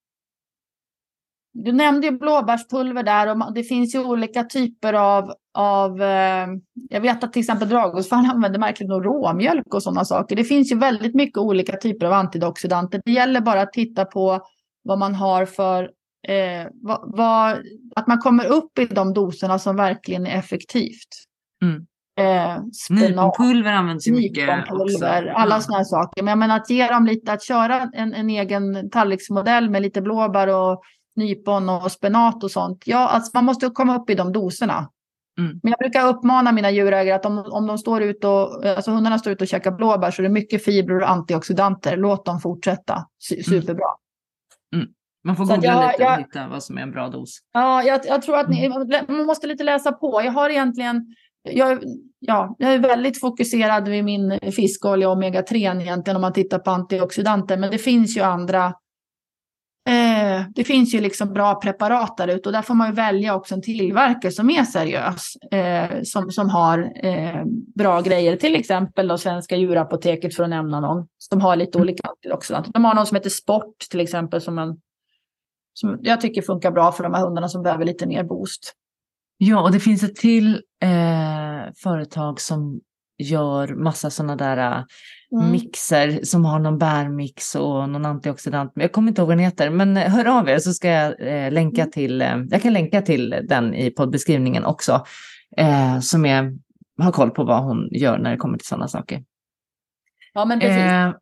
Du nämnde ju blåbärspulver där och det finns ju olika typer av... av eh, jag vet att till exempel Dragosfan använder märkligt nog råmjölk och sådana saker. Det finns ju väldigt mycket olika typer av antioxidanter. Det gäller bara att titta på vad man har för, eh, vad, vad, att man kommer upp i de doserna som verkligen är effektivt.
Mm.
Eh,
Nyponpulver används ju mycket också.
Alla mm. sådana här saker. Men jag menar att ge dem lite, att köra en, en egen tallriksmodell med lite blåbär och nypon och spenat och sånt. Ja, alltså man måste komma upp i de doserna. Mm. Men jag brukar uppmana mina djurägare att om, om de står ut och, alltså hundarna står ut och käkar blåbär så är det mycket fibrer och antioxidanter. Låt dem fortsätta. Superbra. Mm.
Mm. Man får googla jag, lite och jag, hitta vad som är en bra dos.
Ja, jag, jag tror att ni, man måste lite läsa på. Jag har egentligen, jag, ja, jag är väldigt fokuserad vid min fiskolja och omega tre egentligen om man tittar på antioxidanter. Men det finns ju andra, eh, det finns ju liksom bra preparat där ute och där får man ju välja också en tillverkare som är seriös. Eh, som, som har eh, bra grejer. Till exempel då Svenska djurapoteket för att nämna någon. Som har lite olika antioxidanter. De har någon som heter Sport till exempel som en som jag tycker funkar bra för de här hundarna som behöver lite mer boost.
Ja, och det finns ett till eh, företag som gör massa sådana där mm. mixer som har någon bärmix och någon antioxidant. Jag kommer inte ihåg vad den heter, men hör av er så ska jag eh, länka mm. till, eh, jag kan länka till den i poddbeskrivningen också, eh, som är, har koll på vad hon gör när det kommer till sådana saker.
Ja, men precis. Eh,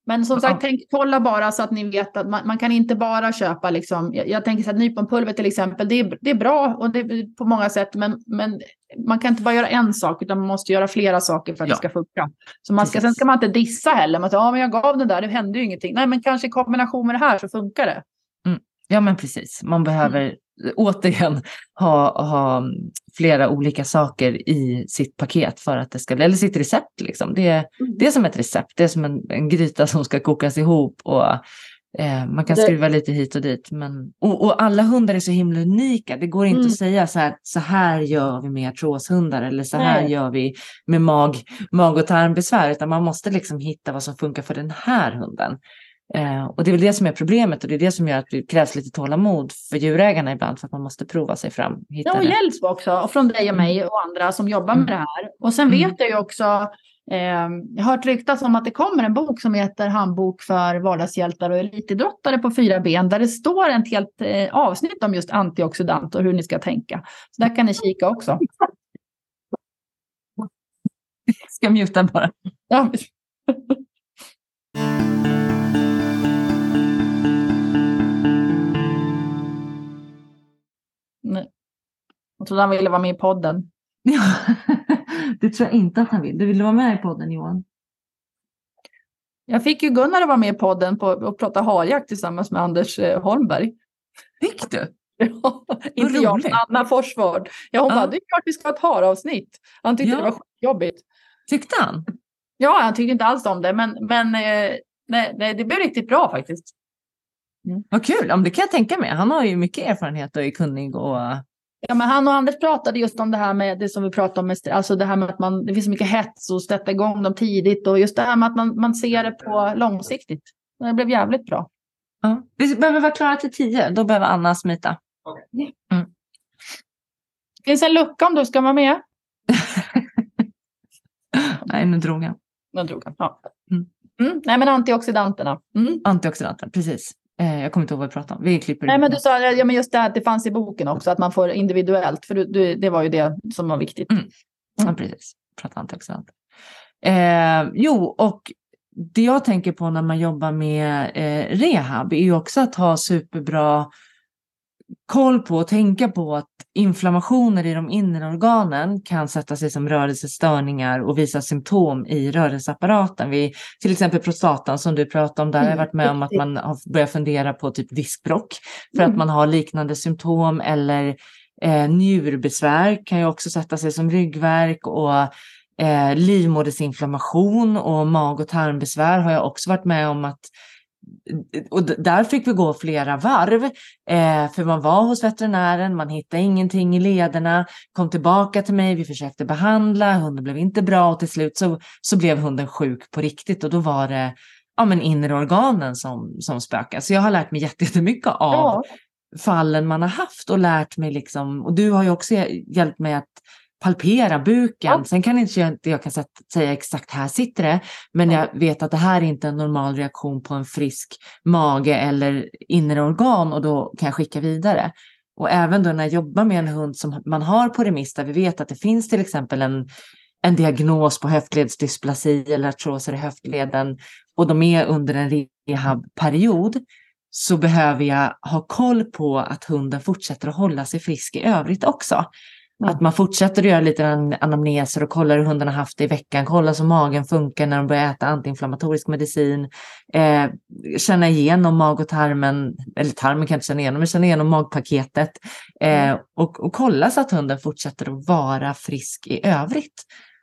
Men som sagt, tänk, kolla bara så att ni vet att man, man kan inte bara köpa liksom, jag, jag tänker så att nyponpulver till exempel, det är, det är bra och det är på många sätt, men, men man kan inte bara göra en sak utan man måste göra flera saker för att ja. det ska funka. Så man ska, sen ska man inte dissa heller, man säger, ja men jag gav den där, det hände ju ingenting. Nej men kanske i kombination med det här så funkar det.
Mm. Ja men precis, man behöver mm. återigen ha, ha flera olika saker i sitt paket för att det ska, eller sitt recept liksom. Det, mm. det är som ett recept, det är som en, en gryta som ska kokas ihop och eh, man kan det... skruva lite hit och dit. Men, och, och alla hundar är så himla unika, det går inte mm. att säga så här, så här gör vi med artroshundar eller så här Nej. gör vi med mag, mag- och tarmbesvär, utan man måste liksom hitta vad som funkar för den här hunden. Eh, och det är väl det som är problemet och det är det som gör att det krävs lite tålamod för djurägarna ibland för att man måste prova sig fram.
Hitta ja, och hjälp också och från dig och mig och andra som jobbar mm. med det här. Och sen vet mm. jag ju också, eh, jag har hört ryktas om att det kommer en bok som heter Handbok för vardagshjältar och elitidrottare på fyra ben, där det står ett helt eh, avsnitt om just antioxidanter och hur ni ska tänka. Så där kan ni kika också.
Ska jag muta bara?
Ja. Nej. Jag trodde han ville vara med i podden.
Ja, det tror jag inte att han vill. Du ville vara med i podden, Johan?
Jag fick ju Gunnar att vara med i podden på, och prata harjakt tillsammans med Anders eh, Holmberg.
Fick du?
Ja, inte jag, Anna Forsvard. Ja, hon ja. bara, det är klart vi ska ha ett haravsnitt. Han tyckte ja. det var jobbigt.
Tyckte han?
Ja, han tyckte inte alls om det. Men, men eh, nej, nej, det blev riktigt bra faktiskt.
Mm. Vad kul, om det kan jag tänka mig. Han har ju mycket erfarenhet och är kunnig. Och...
Ja, men han och Anders pratade just om det här med det som vi pratade om. Med, alltså det här med att man, det finns så mycket hets och sätta igång dem tidigt. Och just det här med att man, man ser det på långsiktigt. Det blev jävligt bra.
Ja. Vi behöver vara klara till tio. Då behöver Anna smita.
Okay. Mm. Finns en lucka om du ska vara med?
Nej, nu drog jag.
Nu drog jag, ja. Mm. Mm. Nej, men antioxidanterna. Mm.
Antioxidanter, precis. Eh, jag kommer inte ihåg vad vi pratade om. Vi klipper
Nej, men du sa ja, men just det här att det fanns i boken också. Att man får individuellt. För du, du, det var ju det som var viktigt.
Mm. Mm. Ja, precis. Prata antioxidanter. Eh, jo, och det jag tänker på när man jobbar med eh, rehab är ju också att ha superbra koll på och tänka på att inflammationer i de inre organen kan sätta sig som rörelsestörningar och visa symptom i rörelseapparaten. Vi, till exempel prostatan som du pratade om, där mm. har jag varit med om att man har börjat fundera på typ diskbråck för mm. att man har liknande symptom, eller eh, njurbesvär kan ju också sätta sig som ryggvärk, och eh, livmodersinflammation och mag- och tarmbesvär har jag också varit med om att. Och där fick vi gå flera varv, eh, för man var hos veterinären, man hittade ingenting i lederna, kom tillbaka till mig, vi försökte behandla, hunden blev inte bra och till slut så, så blev hunden sjuk på riktigt, och då var det ja, men inre organen som, som spökar. Så jag har lärt mig jättemycket av ja. fallen man har haft och lärt mig liksom, och du har ju också hjälpt mig att palpera buken. Ja. Sen kan inte jag, jag kan säga exakt här sitter det, men jag vet att det här är inte en normal reaktion på en frisk mage eller inre organ, och då kan jag skicka vidare. Och även då när jag jobbar med en hund som man har på remiss, där vi vet att det finns till exempel en, en diagnos på höftledsdysplasi eller artroser i höftleden, och de är under en rehabperiod, så behöver jag ha koll på att hunden fortsätter att hålla sig frisk i övrigt också. Att man fortsätter att göra lite anamneser och kollar hur hunden har haft det i veckan. Kolla så magen funkar när de börjar äta antiinflammatorisk medicin. Eh, känna igenom mag- och tarmen. Eller tarmen kan inte känna igenom, men känna igenom magpaketet. Eh, och, och kolla så att hunden fortsätter att vara frisk i övrigt.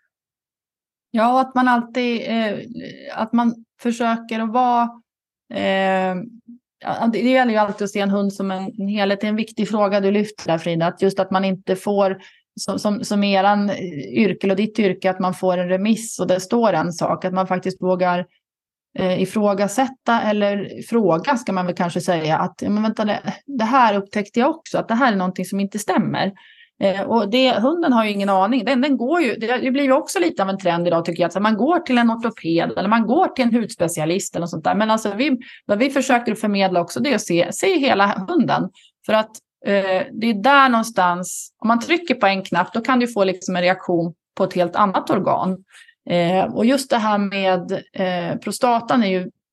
Ja, och att man alltid eh, att man försöker att vara... Eh, det gäller ju alltid att se en hund som en, en helhet. Det är en viktig fråga du lyfter där, Frida. Att just att man inte får, som, som, som eran yrke och ditt yrke, att man får en remiss och det står en sak. Att man faktiskt vågar eh, ifrågasätta, eller fråga ska man väl kanske säga. Att men vänta, det, det här upptäckte jag också. Att det här är någonting som inte stämmer. Eh, och det, hunden har ju ingen aning. Den, den går ju, det, det blir ju också lite av en trend idag tycker jag. Att man går till en ortoped eller man går till en hudspecialist eller något sånt där. Men alltså vi, vad vi försöker förmedla också, det är att se, se hela hunden. För att eh, det är där någonstans, om man trycker på en knapp, då kan du få liksom en reaktion på ett helt annat organ. Eh, och just det här med eh, prostatan är ju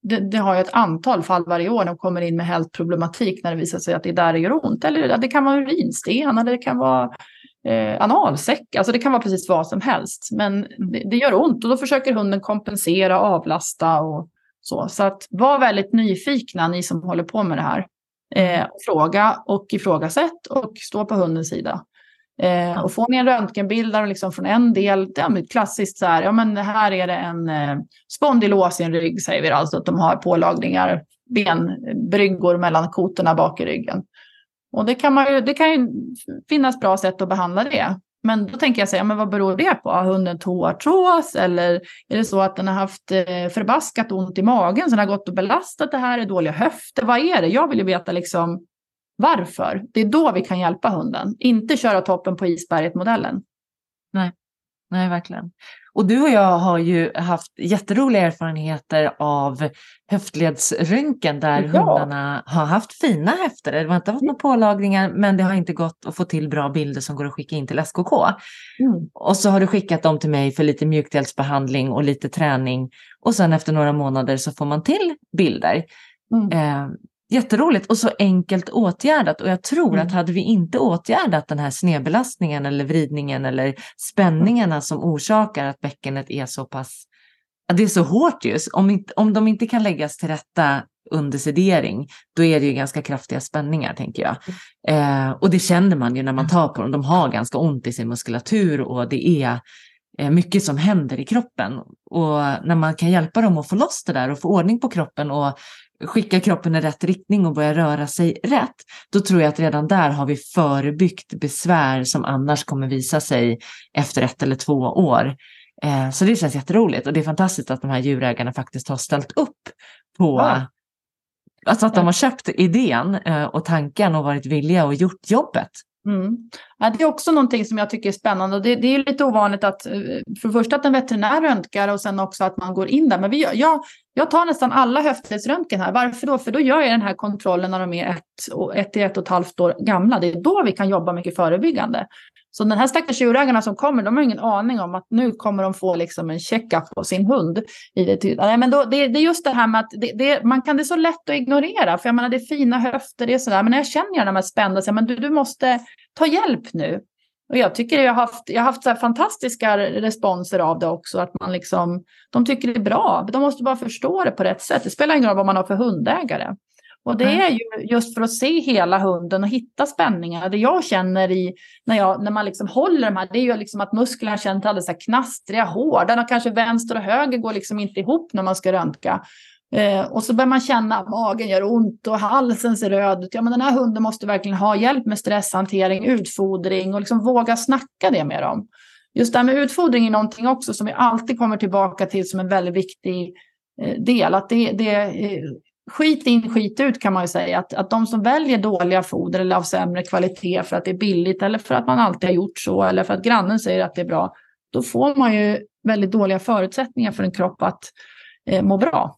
det, det har ju ett antal fall varje år. De kommer in med hältproblematik när det visar sig att det är där det gör ont. Eller det kan vara urinsten eller det kan vara eh, analsäck. Alltså det kan vara precis vad som helst. Men det, det gör ont och då försöker hunden kompensera, avlasta och så. Så att var väldigt nyfikna ni som håller på med det här. Eh, fråga och ifrågasätt och stå på hundens sida. Eh, och får ni en röntgenbild där liksom från en del, det är klassiskt så här, ja men här är det en eh, spondylos i en rygg säger vi, alltså att de har pålagringar, benbryggor mellan kotorna bak i ryggen. Och det kan, man ju, det kan ju finnas bra sätt att behandla det. Men då tänker jag säga, men vad beror det på? Har hunden toartros eller är det så att den har haft eh, förbaskat ont i magen så den har gått och belastat det här, är dåliga höfter? Vad är det? Jag vill ju veta liksom varför. Det är då vi kan hjälpa hunden. Inte köra toppen på isberget-modellen.
Nej, nej verkligen. Och du och jag har ju haft jätteroliga erfarenheter av höftledsröntgen där ja. hundarna har haft fina höfter. Det har inte haft några pålagringar men det har inte gått att få till bra bilder som går att skicka in till S K K. Mm. Och så har du skickat dem till mig för lite mjukdelsbehandling och lite träning. Och sen efter några månader så får man till bilder. Mm. Eh, Jätteroligt och så enkelt åtgärdat och jag tror mm. att hade vi inte åtgärdat den här snedbelastningen eller vridningen eller spänningarna som orsakar att bäckenet är så pass, att det är så hårt just, om, inte, om de inte kan läggas till rätta under sedering, då är det ju ganska kraftiga spänningar tänker jag. Eh, och det känner man ju när man tar på dem, de har ganska ont i sin muskulatur och det är eh, mycket som händer i kroppen och när man kan hjälpa dem att få loss det där och få ordning på kroppen och skicka kroppen i rätt riktning och börja röra sig rätt, då tror jag att redan där har vi förebyggt besvär som annars kommer visa sig efter ett eller två år. Eh, så det känns jätteroligt och det är fantastiskt att de här djurägarna faktiskt har ställt upp på, ja. alltså att de har köpt idén eh, och tanken och varit villiga och gjort jobbet.
Mm. Ja, det är också någonting som jag tycker är spännande. Det, det är lite ovanligt att för det första att en veterinär röntgar och sen också att man går in där. Men vi, jag, jag tar nästan alla höftledsröntgen här. Varför då? För då gör jag den här kontrollen när de är ett, ett till ett och ett halvt år gamla. Det är då vi kan jobba mycket förebyggande. Så den här stackars djurägarna som kommer, de har ingen aning om att nu kommer de få liksom en check-up på sin hund. I det, nej, men då, det, det är just det här med att det, det, man kan det är så lätt att ignorera. För jag menar det är fina höfter, det är sådär. Men när jag känner när man spända sig, men du, du måste ta hjälp nu. Och jag tycker jag har haft, jag har haft så här fantastiska responser av det också. Att man liksom, de tycker det är bra. De måste bara förstå det på rätt sätt. Det spelar ingen roll vad man har för hundägare. Och det är ju just för att se hela hunden och hitta spänningar. Det jag känner i, när, jag, när man liksom håller de här, det är ju liksom att musklerna känns alldeles så här knastriga, hårda. Och kanske vänster och höger går liksom inte ihop när man ska röntga. Eh, och så börjar man känna att magen gör ont och halsen ser röd ut. Ja, men den här hunden måste verkligen ha hjälp med stresshantering, utfodring och liksom våga snacka det med dem. Just det här med utfodring är någonting också som vi alltid kommer tillbaka till som en väldigt viktig eh, del. Att det, det eh, skit in, skit ut kan man ju säga. Att, att de som väljer dåliga foder eller av sämre kvalitet för att det är billigt eller för att man alltid har gjort så eller för att grannen säger att det är bra. Då får man ju väldigt dåliga förutsättningar för en kropp att eh, må bra.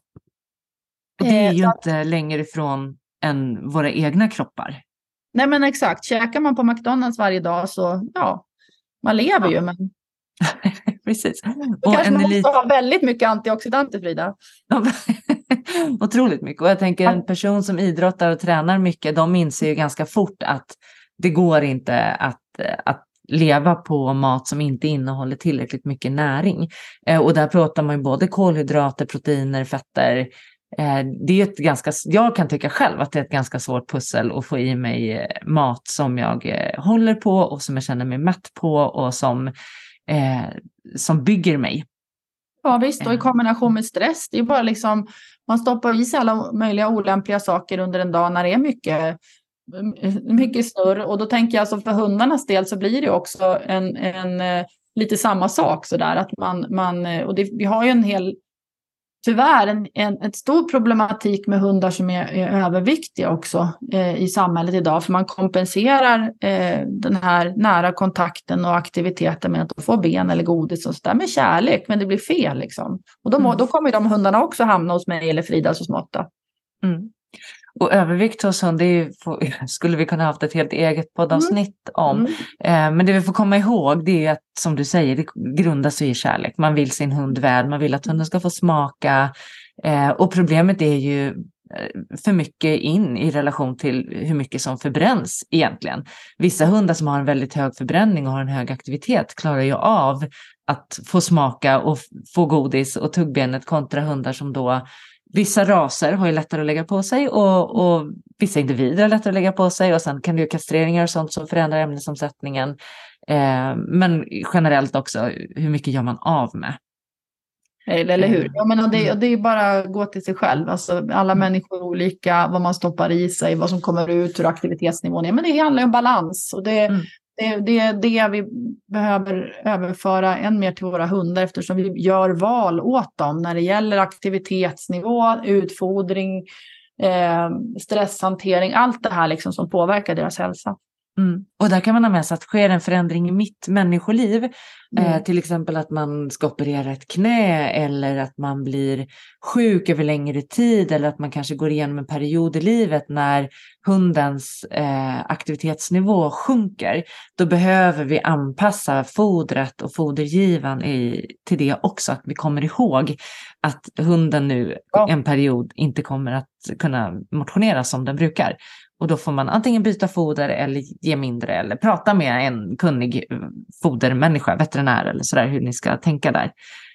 Och det är ju eh, inte längre ifrån än våra egna kroppar.
Nej men exakt. Käkar man på McDonalds varje dag så ja, man lever ja. ju men...
Precis.
Och kanske man måste elit... ha väldigt mycket antioxidanter, Frida.
Otroligt mycket. Och jag tänker en person som idrottar och tränar mycket, de inser ju ganska fort att det går inte att, att leva på mat som inte innehåller tillräckligt mycket näring. Och där pratar man ju både kolhydrater, proteiner, fetter. Det är ett ganska, jag kan tycka själv att det är ett ganska svårt pussel att få i mig mat som jag håller på och som jag känner mig mätt på och som Eh, som bygger mig.
Ja visst, och i kombination med stress. Det är bara liksom, man stoppar i sig alla möjliga olämpliga saker under en dag när det är mycket, mycket snurr. Och då tänker jag alltså för hundarnas del så blir det också en, en lite samma sak sådär. Att man, man, och det, vi har ju en hel, tyvärr en, en ett stor problematik med hundar som är, är överviktiga också eh, i samhället idag. För man kompenserar eh, den här nära kontakten och aktiviteten med att få ben eller godis och sådär med kärlek. Men det blir fel liksom. Och då, må, mm. då kommer de hundarna också hamna hos mig eller Frida så smått.
Mm. Och övervikt hos hund, det är, skulle vi kunna haft ett helt eget poddavsnitt mm. om. Mm. Eh, men det vi får komma ihåg, det är att som du säger, det grundar sig i kärlek. Man vill sin hund väl, man vill att hunden ska få smaka Eh, och problemet är ju för mycket in i relation till hur mycket som förbränns egentligen. Vissa hundar som har en väldigt hög förbränning och har en hög aktivitet klarar ju av att få smaka och få godis och tuggbenet kontra hundar som då, vissa raser har ju lättare att lägga på sig och, och vissa individer har lättare att lägga på sig och sen kan det ju kastreringar och sånt som förändrar ämnesomsättningen. Eh, men generellt också, hur mycket gör man av med?
Eller, eller hur? Ja, men det, det är bara att gå till sig själv. Alltså, alla
Mm.
människor är olika, vad man stoppar i sig, vad som kommer ut, hur aktivitetsnivån är. Men det handlar ju om balans. Och det,
Mm.
det, det är det vi behöver överföra än mer till våra hundar eftersom vi gör val åt dem när det gäller aktivitetsnivå, utfodring, eh, stresshantering, allt det här liksom som påverkar deras hälsa.
Mm. Och där kan man ha med sig att sker en förändring i mitt människoliv,
Mm.
eh, till exempel att man ska operera ett knä eller att man blir sjuk över längre tid eller att man kanske går igenom en period i livet när hundens eh, aktivitetsnivå sjunker, då behöver vi anpassa fodret och fodergivan i, till det också, att vi kommer ihåg att hunden nu
Ja.
en period inte kommer att kunna motionera som den brukar. Och då får man antingen byta foder eller ge mindre eller prata med en kunnig fodermänniska, veterinär eller sådär, hur ni ska tänka där.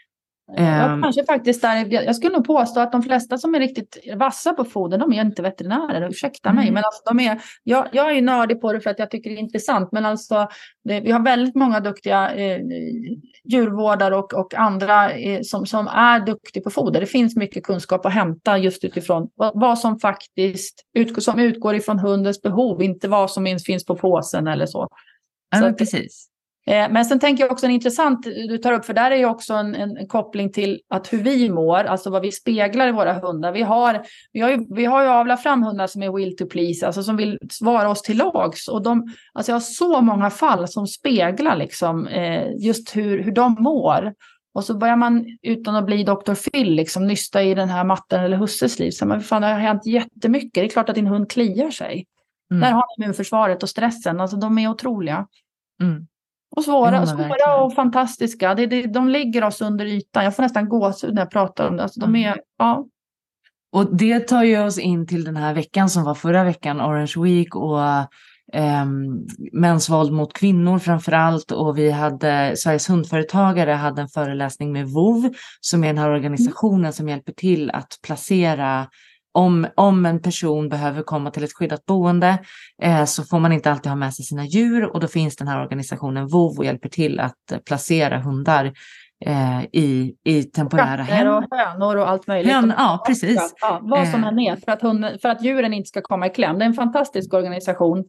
Ja,
Um,
kanske faktiskt där, jag skulle nog påstå att de flesta som är riktigt vassa på foder, de är inte veterinärer, ursäkta mig.
Mm.
Men alltså, de är, jag, jag är ju nördig på det för att jag tycker det är intressant. Men alltså, det, vi har väldigt många duktiga eh, djurvårdare och, och andra eh, som, som är duktiga på foder. Det finns mycket kunskap att hämta just utifrån vad, vad som faktiskt ut, som utgår ifrån hundens behov, inte vad som ens finns på påsen eller så.
ja,
så
men
att,
precis.
Men sen tänker jag också en intressant du tar upp, för där är ju också en, en, en koppling till att hur vi mår, alltså vad vi speglar i våra hundar. Vi har, vi har, ju, vi har ju avlat fram hundar som är will to please, alltså som vill svara oss till lags. Och de, alltså jag har så många fall som speglar liksom, eh, just hur, hur de mår. Och så börjar man utan att bli doktor Phil liksom, nysta i den här matten eller husses liv. Så man, fan, det har hänt jättemycket. Det är klart att din hund kliar sig. Mm. Där har ni immunförsvaret och stressen. Alltså de är otroliga.
Mm.
Och svåra,
Ja,
svåra och fantastiska. Det, det, de ligger oss under ytan. Jag får nästan gåshud när jag pratar om det. Alltså, de är, ja.
Och det tar ju oss in till den här veckan som var förra veckan, Orange Week och eh, mäns våld mot kvinnor framförallt. Och vi hade, Sveriges hundföretagare hade en föreläsning med V O V, som är den här organisationen mm. som hjälper till att placera. Om, om en person behöver komma till ett skyddat boende eh, så får man inte alltid ha med sig sina djur, och då finns den här organisationen V O V och hjälper till att eh, placera hundar eh, i, i temporära hem.
Och hönor och allt möjligt.
Hön, ja, precis.
Ja, vad som än är för att, hunden, för att djuren inte ska komma i kläm. Det är en fantastisk organisation.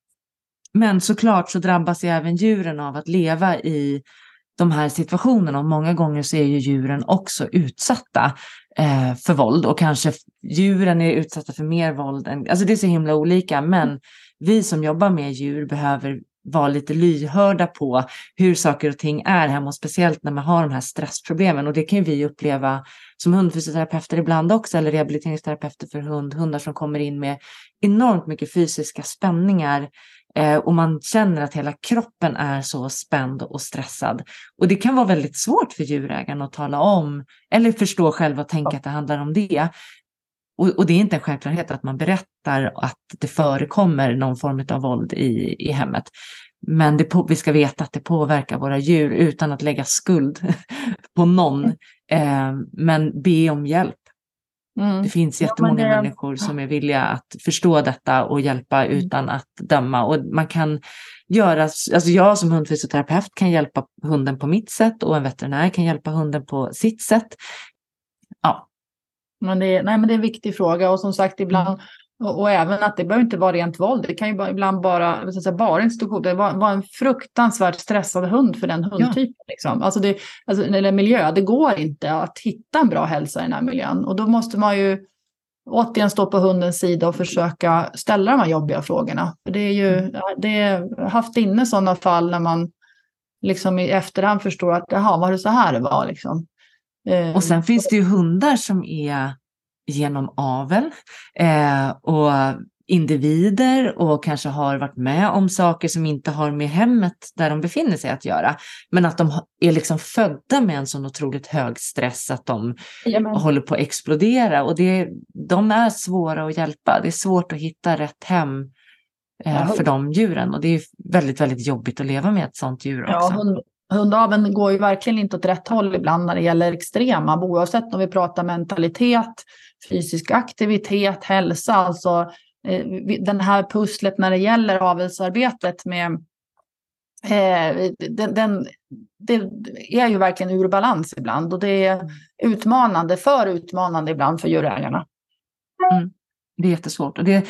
Men såklart så drabbas ju även djuren av att leva i de här situationerna, och många gånger så är ju djuren också utsatta eh, för våld, och kanske djuren är utsatta för mer våld än, alltså det är så himla olika, men vi som jobbar med djur behöver vara lite lyhörda på hur saker och ting är hemma, och speciellt när man har de här stressproblemen, och det kan ju vi uppleva som hundfysioterapeuter ibland också, eller rehabiliteringsterapeuter för hund, hundar som kommer in med enormt mycket fysiska spänningar. Eh, och man känner att hela kroppen är så spänd och stressad. Och det kan vara väldigt svårt för djurägaren att tala om eller förstå själv och tänka att det handlar om det. Och, och det är inte en självklarhet att man berättar att det förekommer någon form av våld i, i hemmet. Men det på, vi ska veta att det påverkar våra djur utan att lägga skuld på någon. Eh, men be om hjälp. Mm. Det finns jättemånga ja, det... människor som är villiga att förstå detta och hjälpa mm. utan att döma. Och man kan göra, alltså jag som hundfysioterapeut kan hjälpa hunden på mitt sätt, och en veterinär kan hjälpa hunden på sitt sätt. Ja.
Men det är, nej, men det är en viktig fråga, och som sagt ibland, mm. och, och även att det behöver inte vara rent våld. Det kan ju bara, ibland bara, så att säga, bara en situation. Det var, var en fruktansvärt stressad hund för den hundtypen. Ja. Liksom. Alltså det, alltså, eller miljö, det går inte att hitta en bra hälsa i den här miljön. Och då måste man ju återigen stå på hundens sida och försöka ställa de här jobbiga frågorna. För det är ju, mm. det är haft inne sådana fall när man liksom i efterhand förstår att jaha, var det så här det var liksom.
Och sen finns det ju hundar som är genom avel eh, och individer och kanske har varit med om saker som inte har med hemmet där de befinner sig att göra. Men att de är liksom födda med en sån otroligt hög stress att de Jamen. håller på att explodera. Och det, de är svåra att hjälpa. Det är svårt att hitta rätt hem eh, för de djuren. Och det är väldigt, väldigt jobbigt att leva med ett sånt djur också.
Ja, hund, hundaveln går ju verkligen inte åt rätt håll ibland när det gäller extrema. Oavsett om vi pratar mentalitet, fysisk aktivitet, hälsa. Alltså den här pusslet när det gäller avelsarbetet med eh, den, den, det är ju verkligen ur balans ibland och det är utmanande, för utmanande ibland för djurägarna.
Mm. Det är jättesvårt och det,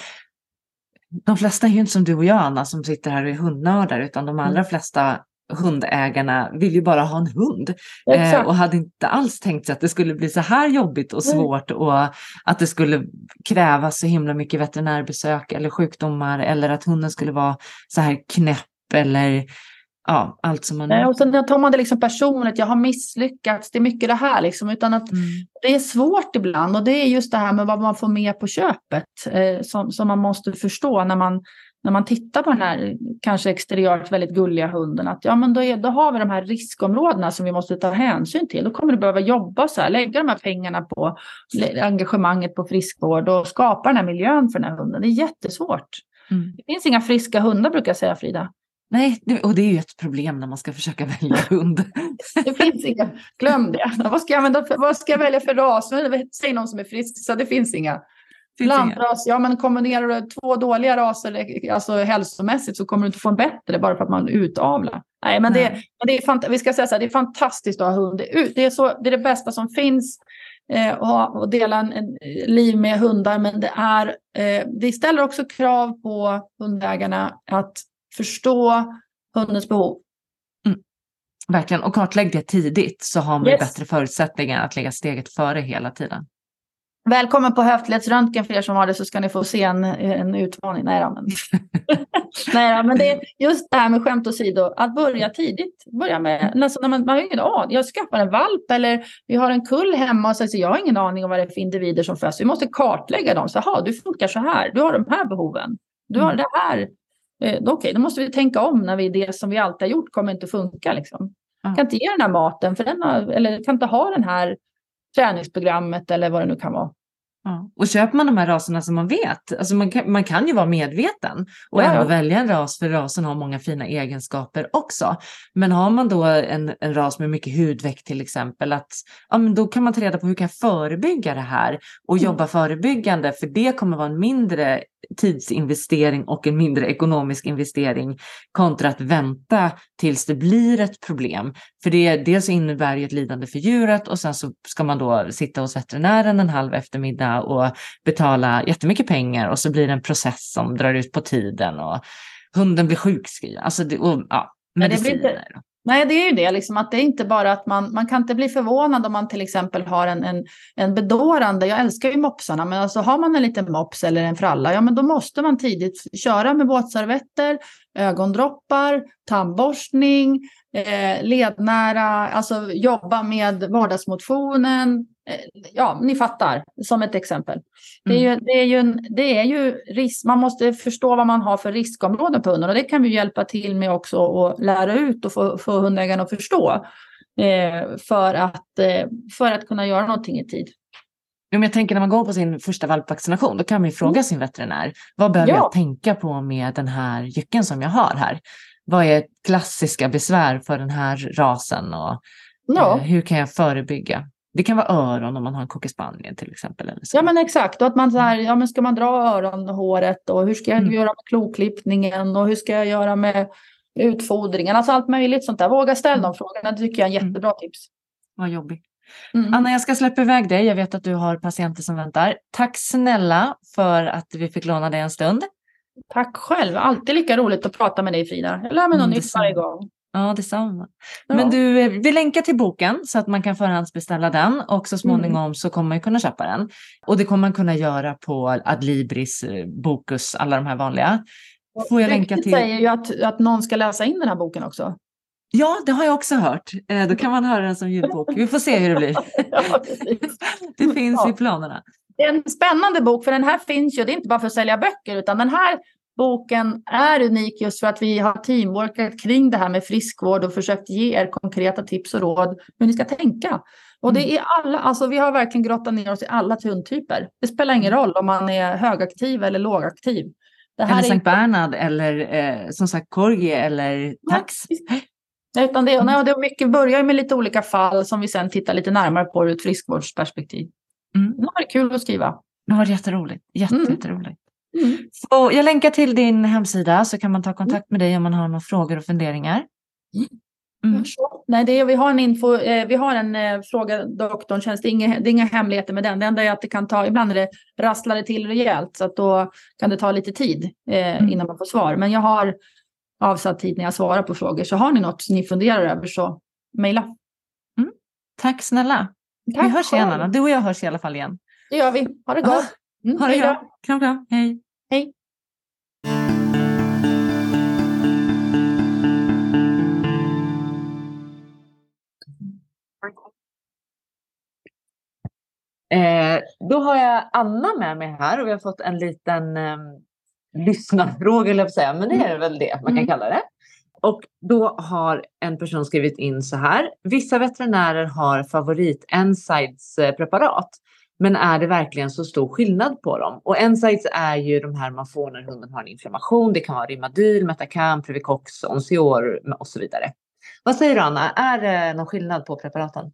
de flesta är ju inte som du och jag, Anna, som sitter här och är hundnördar, utan de allra flesta hundägarna vill ju bara ha en hund eh, och hade inte alls tänkt sig att det skulle bli så här jobbigt och svårt och att det skulle krävas så himla mycket veterinärbesök eller sjukdomar eller att hunden skulle vara så här knäpp eller ja, allt som man...
Nej, och sen tar man det liksom personligt, jag har misslyckats, det är mycket det här liksom, utan att mm. det är svårt ibland och det är just det här med vad man får med på köpet eh, som, som man måste förstå när man När man tittar på den här kanske exteriört väldigt gulliga hunden, att ja, men då, är, då har vi de här riskområdena som vi måste ta hänsyn till. Då kommer du behöva jobba så här, lägga de här pengarna på engagemanget på friskvård och skapa den här miljön för den här hunden. Det är jättesvårt. Mm. Det finns inga friska hundar, brukar jag säga, Frida.
Nej, och det är ju ett problem när man ska försöka välja hund.
Det finns inga, glöm det. Vad ska jag, använda för, vad ska jag välja för ras? Säg någon som är frisk, så det finns inga. Blandras, ja, men kombinerar du två dåliga raser alltså hälsomässigt så kommer du inte få en bättre bara för att man utavlar. Nej, men det, men det är fant- vi ska säga så här, det är fantastiskt att ha hund. Det är, det är, så, det, är det bästa som finns eh, och, och dela en, en liv med hundar, men det är eh, det ställer också krav på hundägarna att förstå hundens behov.
Mm. Verkligen, och kartlägg det tidigt så har man
yes.
bättre förutsättningar att lägga steget före hela tiden.
Välkommen på höftledsröntgen för er som har det, så ska ni få se en, en utmaning. Nej, då, men. Nej då, men det är just det här med skämt åsido, att börja tidigt. Börja med, nästan, när man, man har ingen aning. Jag skaffar en valp eller vi har en kull hemma och så, så jag har ingen aning om vad det är för individer som föds. Vi måste kartlägga dem. Så här, du funkar så här, du har de här behoven. Du har mm. det här. Eh, Okej, okay, då måste vi tänka om när vi, det som vi alltid har gjort kommer inte funka. Liksom. Mm. Kan inte ge den här maten, för den har, eller kan inte ha den här träningsprogrammet eller vad det nu kan vara.
Ja. Och köper man de här raserna som man vet, alltså man kan, man kan ju vara medveten och
ja,
ändå
ja.
välja en ras, för rasen har många fina egenskaper också. Men har man då en, en ras med mycket hudväck till exempel, att, ja, men då kan man ta reda på hur kan jag förebygga det här och mm. jobba förebyggande, för det kommer vara en mindre tidsinvestering och en mindre ekonomisk investering kontra att vänta tills det blir ett problem. För det dels innebär ju ett lidande för djuret och sen så ska man då sitta hos veterinären en halv eftermiddag och betala jättemycket pengar och så blir det en process som drar ut på tiden och hunden blir sjukskriven. Alltså det, och, ja, mediciner.
Det blir, nej, det är ju det, liksom, att det är inte bara att man, man kan inte bli förvånad om man till exempel har en, en, en bedårande, jag älskar ju mopsarna, men alltså har man en liten mops eller en fralla, ja men då måste man tidigt köra med våtservetter, ögondroppar, tandborstning, eh, lednära, alltså jobba med vardagsmotionen. Ja, ni fattar, som ett exempel. Det är ju, det är ju, en, det är ju risk, man måste förstå vad man har för riskområden på hunden och det kan vi hjälpa till med också att lära ut och få, få hundägarna att förstå eh, för, att, eh, för att kunna göra någonting i tid.
Om jag tänker när man går på sin första valpvaccination, då kan man ju fråga sin veterinär, vad behöver ja. jag tänka på med den här jycken som jag har här? Vad är klassiska besvär för den här rasen och ja. eh, hur kan jag förebygga? Det kan vara öron om man har en cocker spaniel till exempel. Eller så.
Ja men exakt, och att man så här, ja men ska man dra öronhåret och hur ska jag mm. göra med kloklippningen och hur ska jag göra med utfodringen, alltså allt möjligt sånt där. Våga ställa de frågorna, det tycker jag är en jättebra mm. tips.
Vad jobbigt. Mm. Anna, jag ska släppa iväg dig, jag vet att du har patienter som väntar. Tack snälla för att vi fick låna dig en stund.
Tack själv, alltid lika roligt att prata med dig, Frida. Jag lär mig något mm, nytt varje gång.
Ja, detsamma. Ja. Men du, vi länkar till boken så att man kan förhandsbeställa den och så småningom mm. så kommer man kunna köpa den. Och det kommer man kunna göra på Adlibris, Bokus, alla de här vanliga. Får jag länka till...
säger ju att, att någon ska läsa in den här boken också.
Ja, det har jag också hört. Eh, då kan man höra den som ljudbok. Vi får se hur det blir.
Ja,
det finns ja. i planerna.
det är en spännande bok, för den här finns ju, det är inte bara för att sälja böcker, utan den här boken är unik just för att vi har teamworkat kring det här med friskvård och försökt ge er konkreta tips och råd hur ni ska tänka. Och det är alla, alltså vi har verkligen grottat ner oss i alla hundtyper. Det spelar ingen roll om man är högaktiv eller lågaktiv. Det här
eller
är
Sankt Bernhard eller eh, som sagt Corgi eller tax.
Nej, utan det, nej, det är mycket, börjar med lite olika fall som vi sen tittar lite närmare på ur ett friskvårdsperspektiv.
Mm.
Det var kul att skriva.
Det var jätteroligt. Jätte,
Mm.
Jätteroligt.
Mm.
Så jag länkar till din hemsida så kan man ta kontakt med dig om man har några frågor och funderingar.
Mm. Nej, det är, vi har en info, eh, vi har en eh, fråga doktorn, känns det, inga, det är inga hemligheter med den. Det enda är att det kan ta, ibland är det rasslar det till rejält, så att då kan det ta lite tid eh, mm. innan man får svar. Men jag har avsatt tid när jag svarar på frågor, så har ni något ni funderar över så mejla.
Mm. Tack snälla. Tack. Vi hörs igen, Anna. Du och jag hörs i alla fall igen.
Det gör vi. Ha det gott.
Mm. Ha det bra. Kram, kram. Hej.
Hej.
Eh, då har jag Anna med mig här och vi har fått en liten eh, lyssnarfråga, eller jag säga, men det är väl det man kan mm. kalla det. Och då har en person skrivit in så här: vissa veterinärer har favorit N-Sides preparat, men är det verkligen så stor skillnad på dem? Och N-Sides är ju de här man får när hunden har en inflammation. Det kan vara Rimadyl, Metacam, Previcox, Onsior och så vidare. Vad säger du, Anna? Är det någon skillnad på preparaten?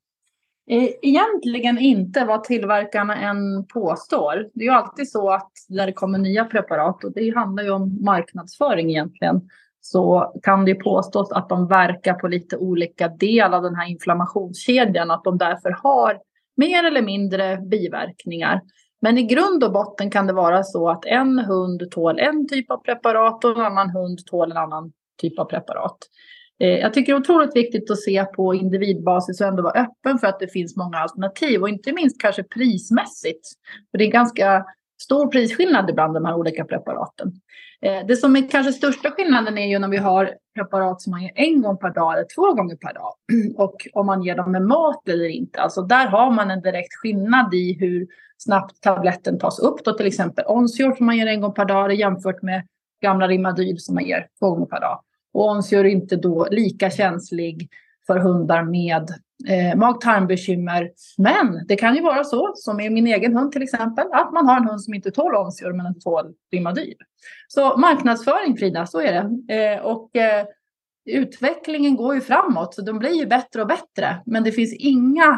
Egentligen inte, vad tillverkarna än påstår. Det är ju alltid så att när det kommer nya preparat, och det handlar ju om marknadsföring egentligen, så kan det påstås att de verkar på lite olika delar av den här inflammationskedjan, att de därför har mer eller mindre biverkningar. Men i grund och botten kan det vara så att en hund tål en typ av preparat och en annan hund tål en annan typ av preparat. Jag tycker det är otroligt viktigt att se på individbasis och ändå vara öppen för att det finns många alternativ, och inte minst kanske prismässigt. För det är ganska stor prisskillnad ibland de här olika preparaten. Det som är kanske största skillnaden är ju när vi har preparat som man ger en gång per dag eller två gånger per dag. Och om man ger dem med mat eller inte. Alltså där har man en direkt skillnad i hur snabbt tabletten tas upp. Då till exempel Onsior som man ger en gång per dag jämfört med gamla Rimadyl som man ger två gånger per dag. Och Onsior är inte då lika känslig för hundar med eh, mag-tarmbekymmer. Men det kan ju vara så, som är min egen hund till exempel, att man har en hund som inte tål Onsior men inte tål Rimadyl. Så marknadsföring, Frida, så är det. Eh, och eh, utvecklingen går ju framåt, så de blir ju bättre och bättre. Men det finns inga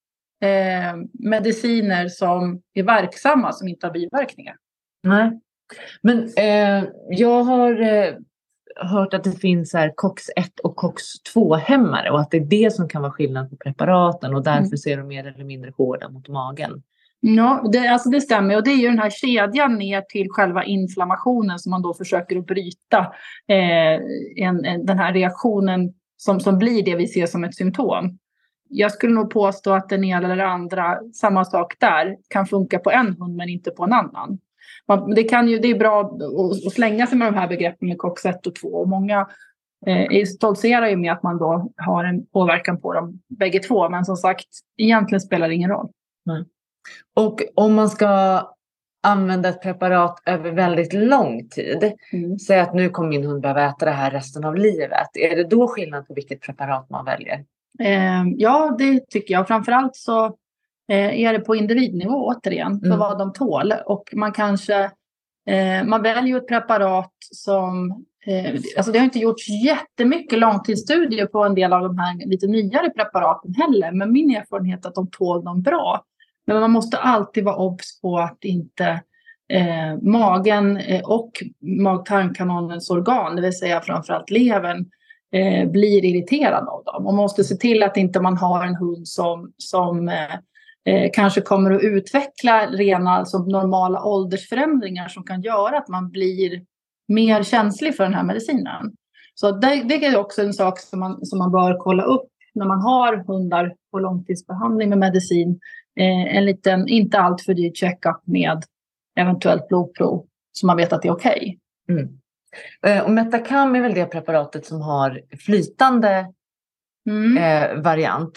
eh, mediciner som är verksamma som inte har biverkningar.
Nej, men eh, jag har... Eh... hört att det finns här COX ett och COX två hämmare och att det är det som kan vara skillnad på preparaten, och därför mm. ser de mer eller mindre hårda mot magen.
Ja, det, alltså det stämmer, och det är ju den här kedjan ner till själva inflammationen som man då försöker att bryta eh, en, en, den här reaktionen som, som blir det vi ser som ett symptom. Jag skulle nog påstå att den ena eller andra, samma sak där, kan funka på en hund men inte på en annan. Det, kan ju, det är bra att slänga sig med de här begreppen med COX ett och två. Och många eh, stoltserar ju med att man då har en påverkan på dem bägge två. Men som sagt, egentligen spelar det ingen roll.
Mm. Och om man ska använda ett preparat över väldigt lång tid. Mm. Säg att nu kommer min hund behöva äta det här resten av livet. Är det då skillnad på vilket preparat man väljer?
Eh, ja, det tycker jag. Framförallt så är det på individnivå återigen för mm. vad de tål, och man kanske eh, man väljer ett preparat som eh, alltså det har inte gjorts jättemycket långtidsstudier på en del av de här lite nyare preparaten heller, men min erfarenhet är att de tål dem bra. Men man måste alltid vara obs på att inte eh, magen eh, och mag-tarmkanalens organ, det vill säga framförallt levern, eh, blir irriterad av dem. Och man måste se till att inte man har en hund som, som eh, Eh, kanske kommer att utveckla rena, alltså normala åldersförändringar som kan göra att man blir mer känslig för den här medicinen. Så det, det är också en sak som man, som man bör kolla upp när man har hundar på långtidsbehandling med medicin. Eh, en liten, inte allt för dyr check-up med eventuellt blodprov så man vet att det är okej.
Okay. Mm. Eh, och Metacam är väl det preparatet som har flytande mm. eh, variant.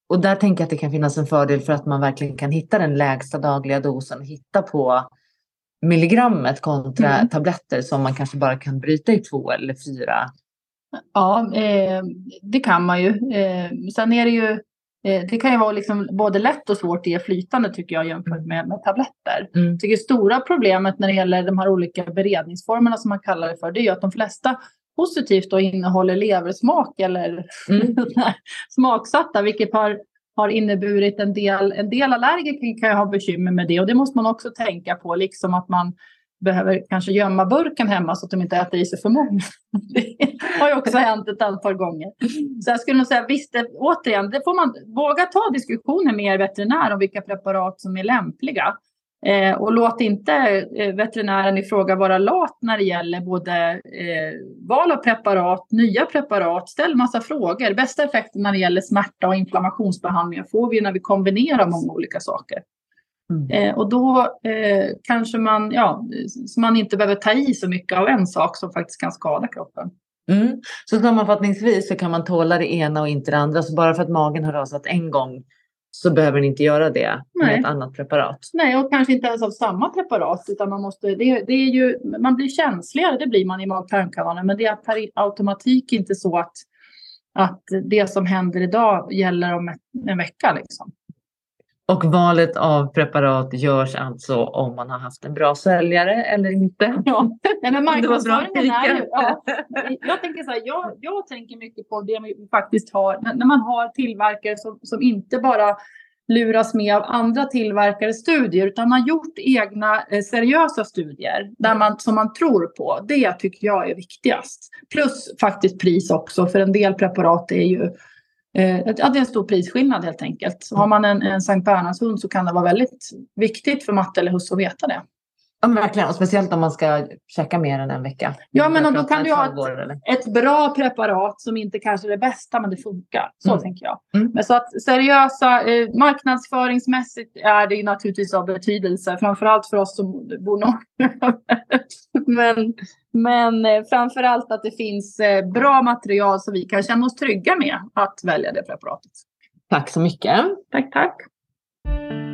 Och där tänker jag att det kan finnas en fördel för att man verkligen kan hitta den lägsta dagliga dosen. Hitta på milligrammet kontra
Mm.
tabletter som man kanske bara kan bryta i två eller fyra.
Ja, eh, det kan man ju. Eh, sen är det ju, eh, det kan ju vara liksom både lätt och svårt att ge flytande tycker jag jämfört med, med tabletter.
Mm.
Jag tycker stora problemet när det gäller de här olika beredningsformerna som man kallar det för, det är ju att de flesta positivt då innehåller leversmak eller mm. smaksatta, vilket har, har inneburit en del, en del allergiker kan ju ha bekymmer med det, och det måste man också tänka på, liksom att man behöver kanske gömma burken hemma så att de inte äter i sig för många. Det har ju också hänt ett antal gånger. Så jag skulle nog säga, visst, det, återigen, det får man våga ta diskussioner med er veterinär om vilka preparat som är lämpliga. Eh, och låt inte eh, veterinären i fråga vara lat när det gäller både eh, val av preparat, nya preparat, ställ massa frågor. Bästa effekten när det gäller smärta och inflammationsbehandlingar får vi när vi kombinerar många olika saker. Mm. Eh, och då eh, kanske man, ja, så man inte behöver ta i så mycket av en sak som faktiskt kan skada kroppen.
Mm. Så sammanfattningsvis så kan man tåla det ena och inte det andra. Så bara för att magen har rasat en gång så behöver ni inte göra det med Nej. ett annat preparat.
Nej, och kanske inte ens av samma preparat, utan man måste, det, det är ju, man blir känsligare, det blir man i mag-tarmkanalen, men det är per automatik inte så att, att det som händer idag gäller om en vecka liksom.
Och valet av preparat görs alltså om man har haft en bra säljare eller inte.
Ja, nej, men marknadsföringen är ju, ja, jag tänker så här, jag, jag tänker mycket på det vi faktiskt har, när man har tillverkare som, som inte bara luras med av andra tillverkares studier, utan man har gjort egna eh, seriösa studier där man, som man tror på. Det tycker jag är viktigast. Plus faktiskt pris också, för en del preparat är ju Eh, ja, det är en stor prisskillnad helt enkelt. Så har man en, en Sankt Bernhards hund så kan det vara väldigt viktigt för matte eller husse att veta det.
Ja, men verkligen. Och speciellt om man ska checka mer än en vecka.
Ja, men då kan du ha ett, ett bra preparat som inte kanske är det bästa, men det funkar. Så mm. tänker jag. Mm. Men så att seriösa, eh, marknadsföringsmässigt är det naturligtvis av betydelse. Framförallt för oss som bor norr. men men eh, framförallt att det finns eh, bra material så vi kan känna oss trygga med att välja det preparatet.
Tack så mycket.
Tack, tack.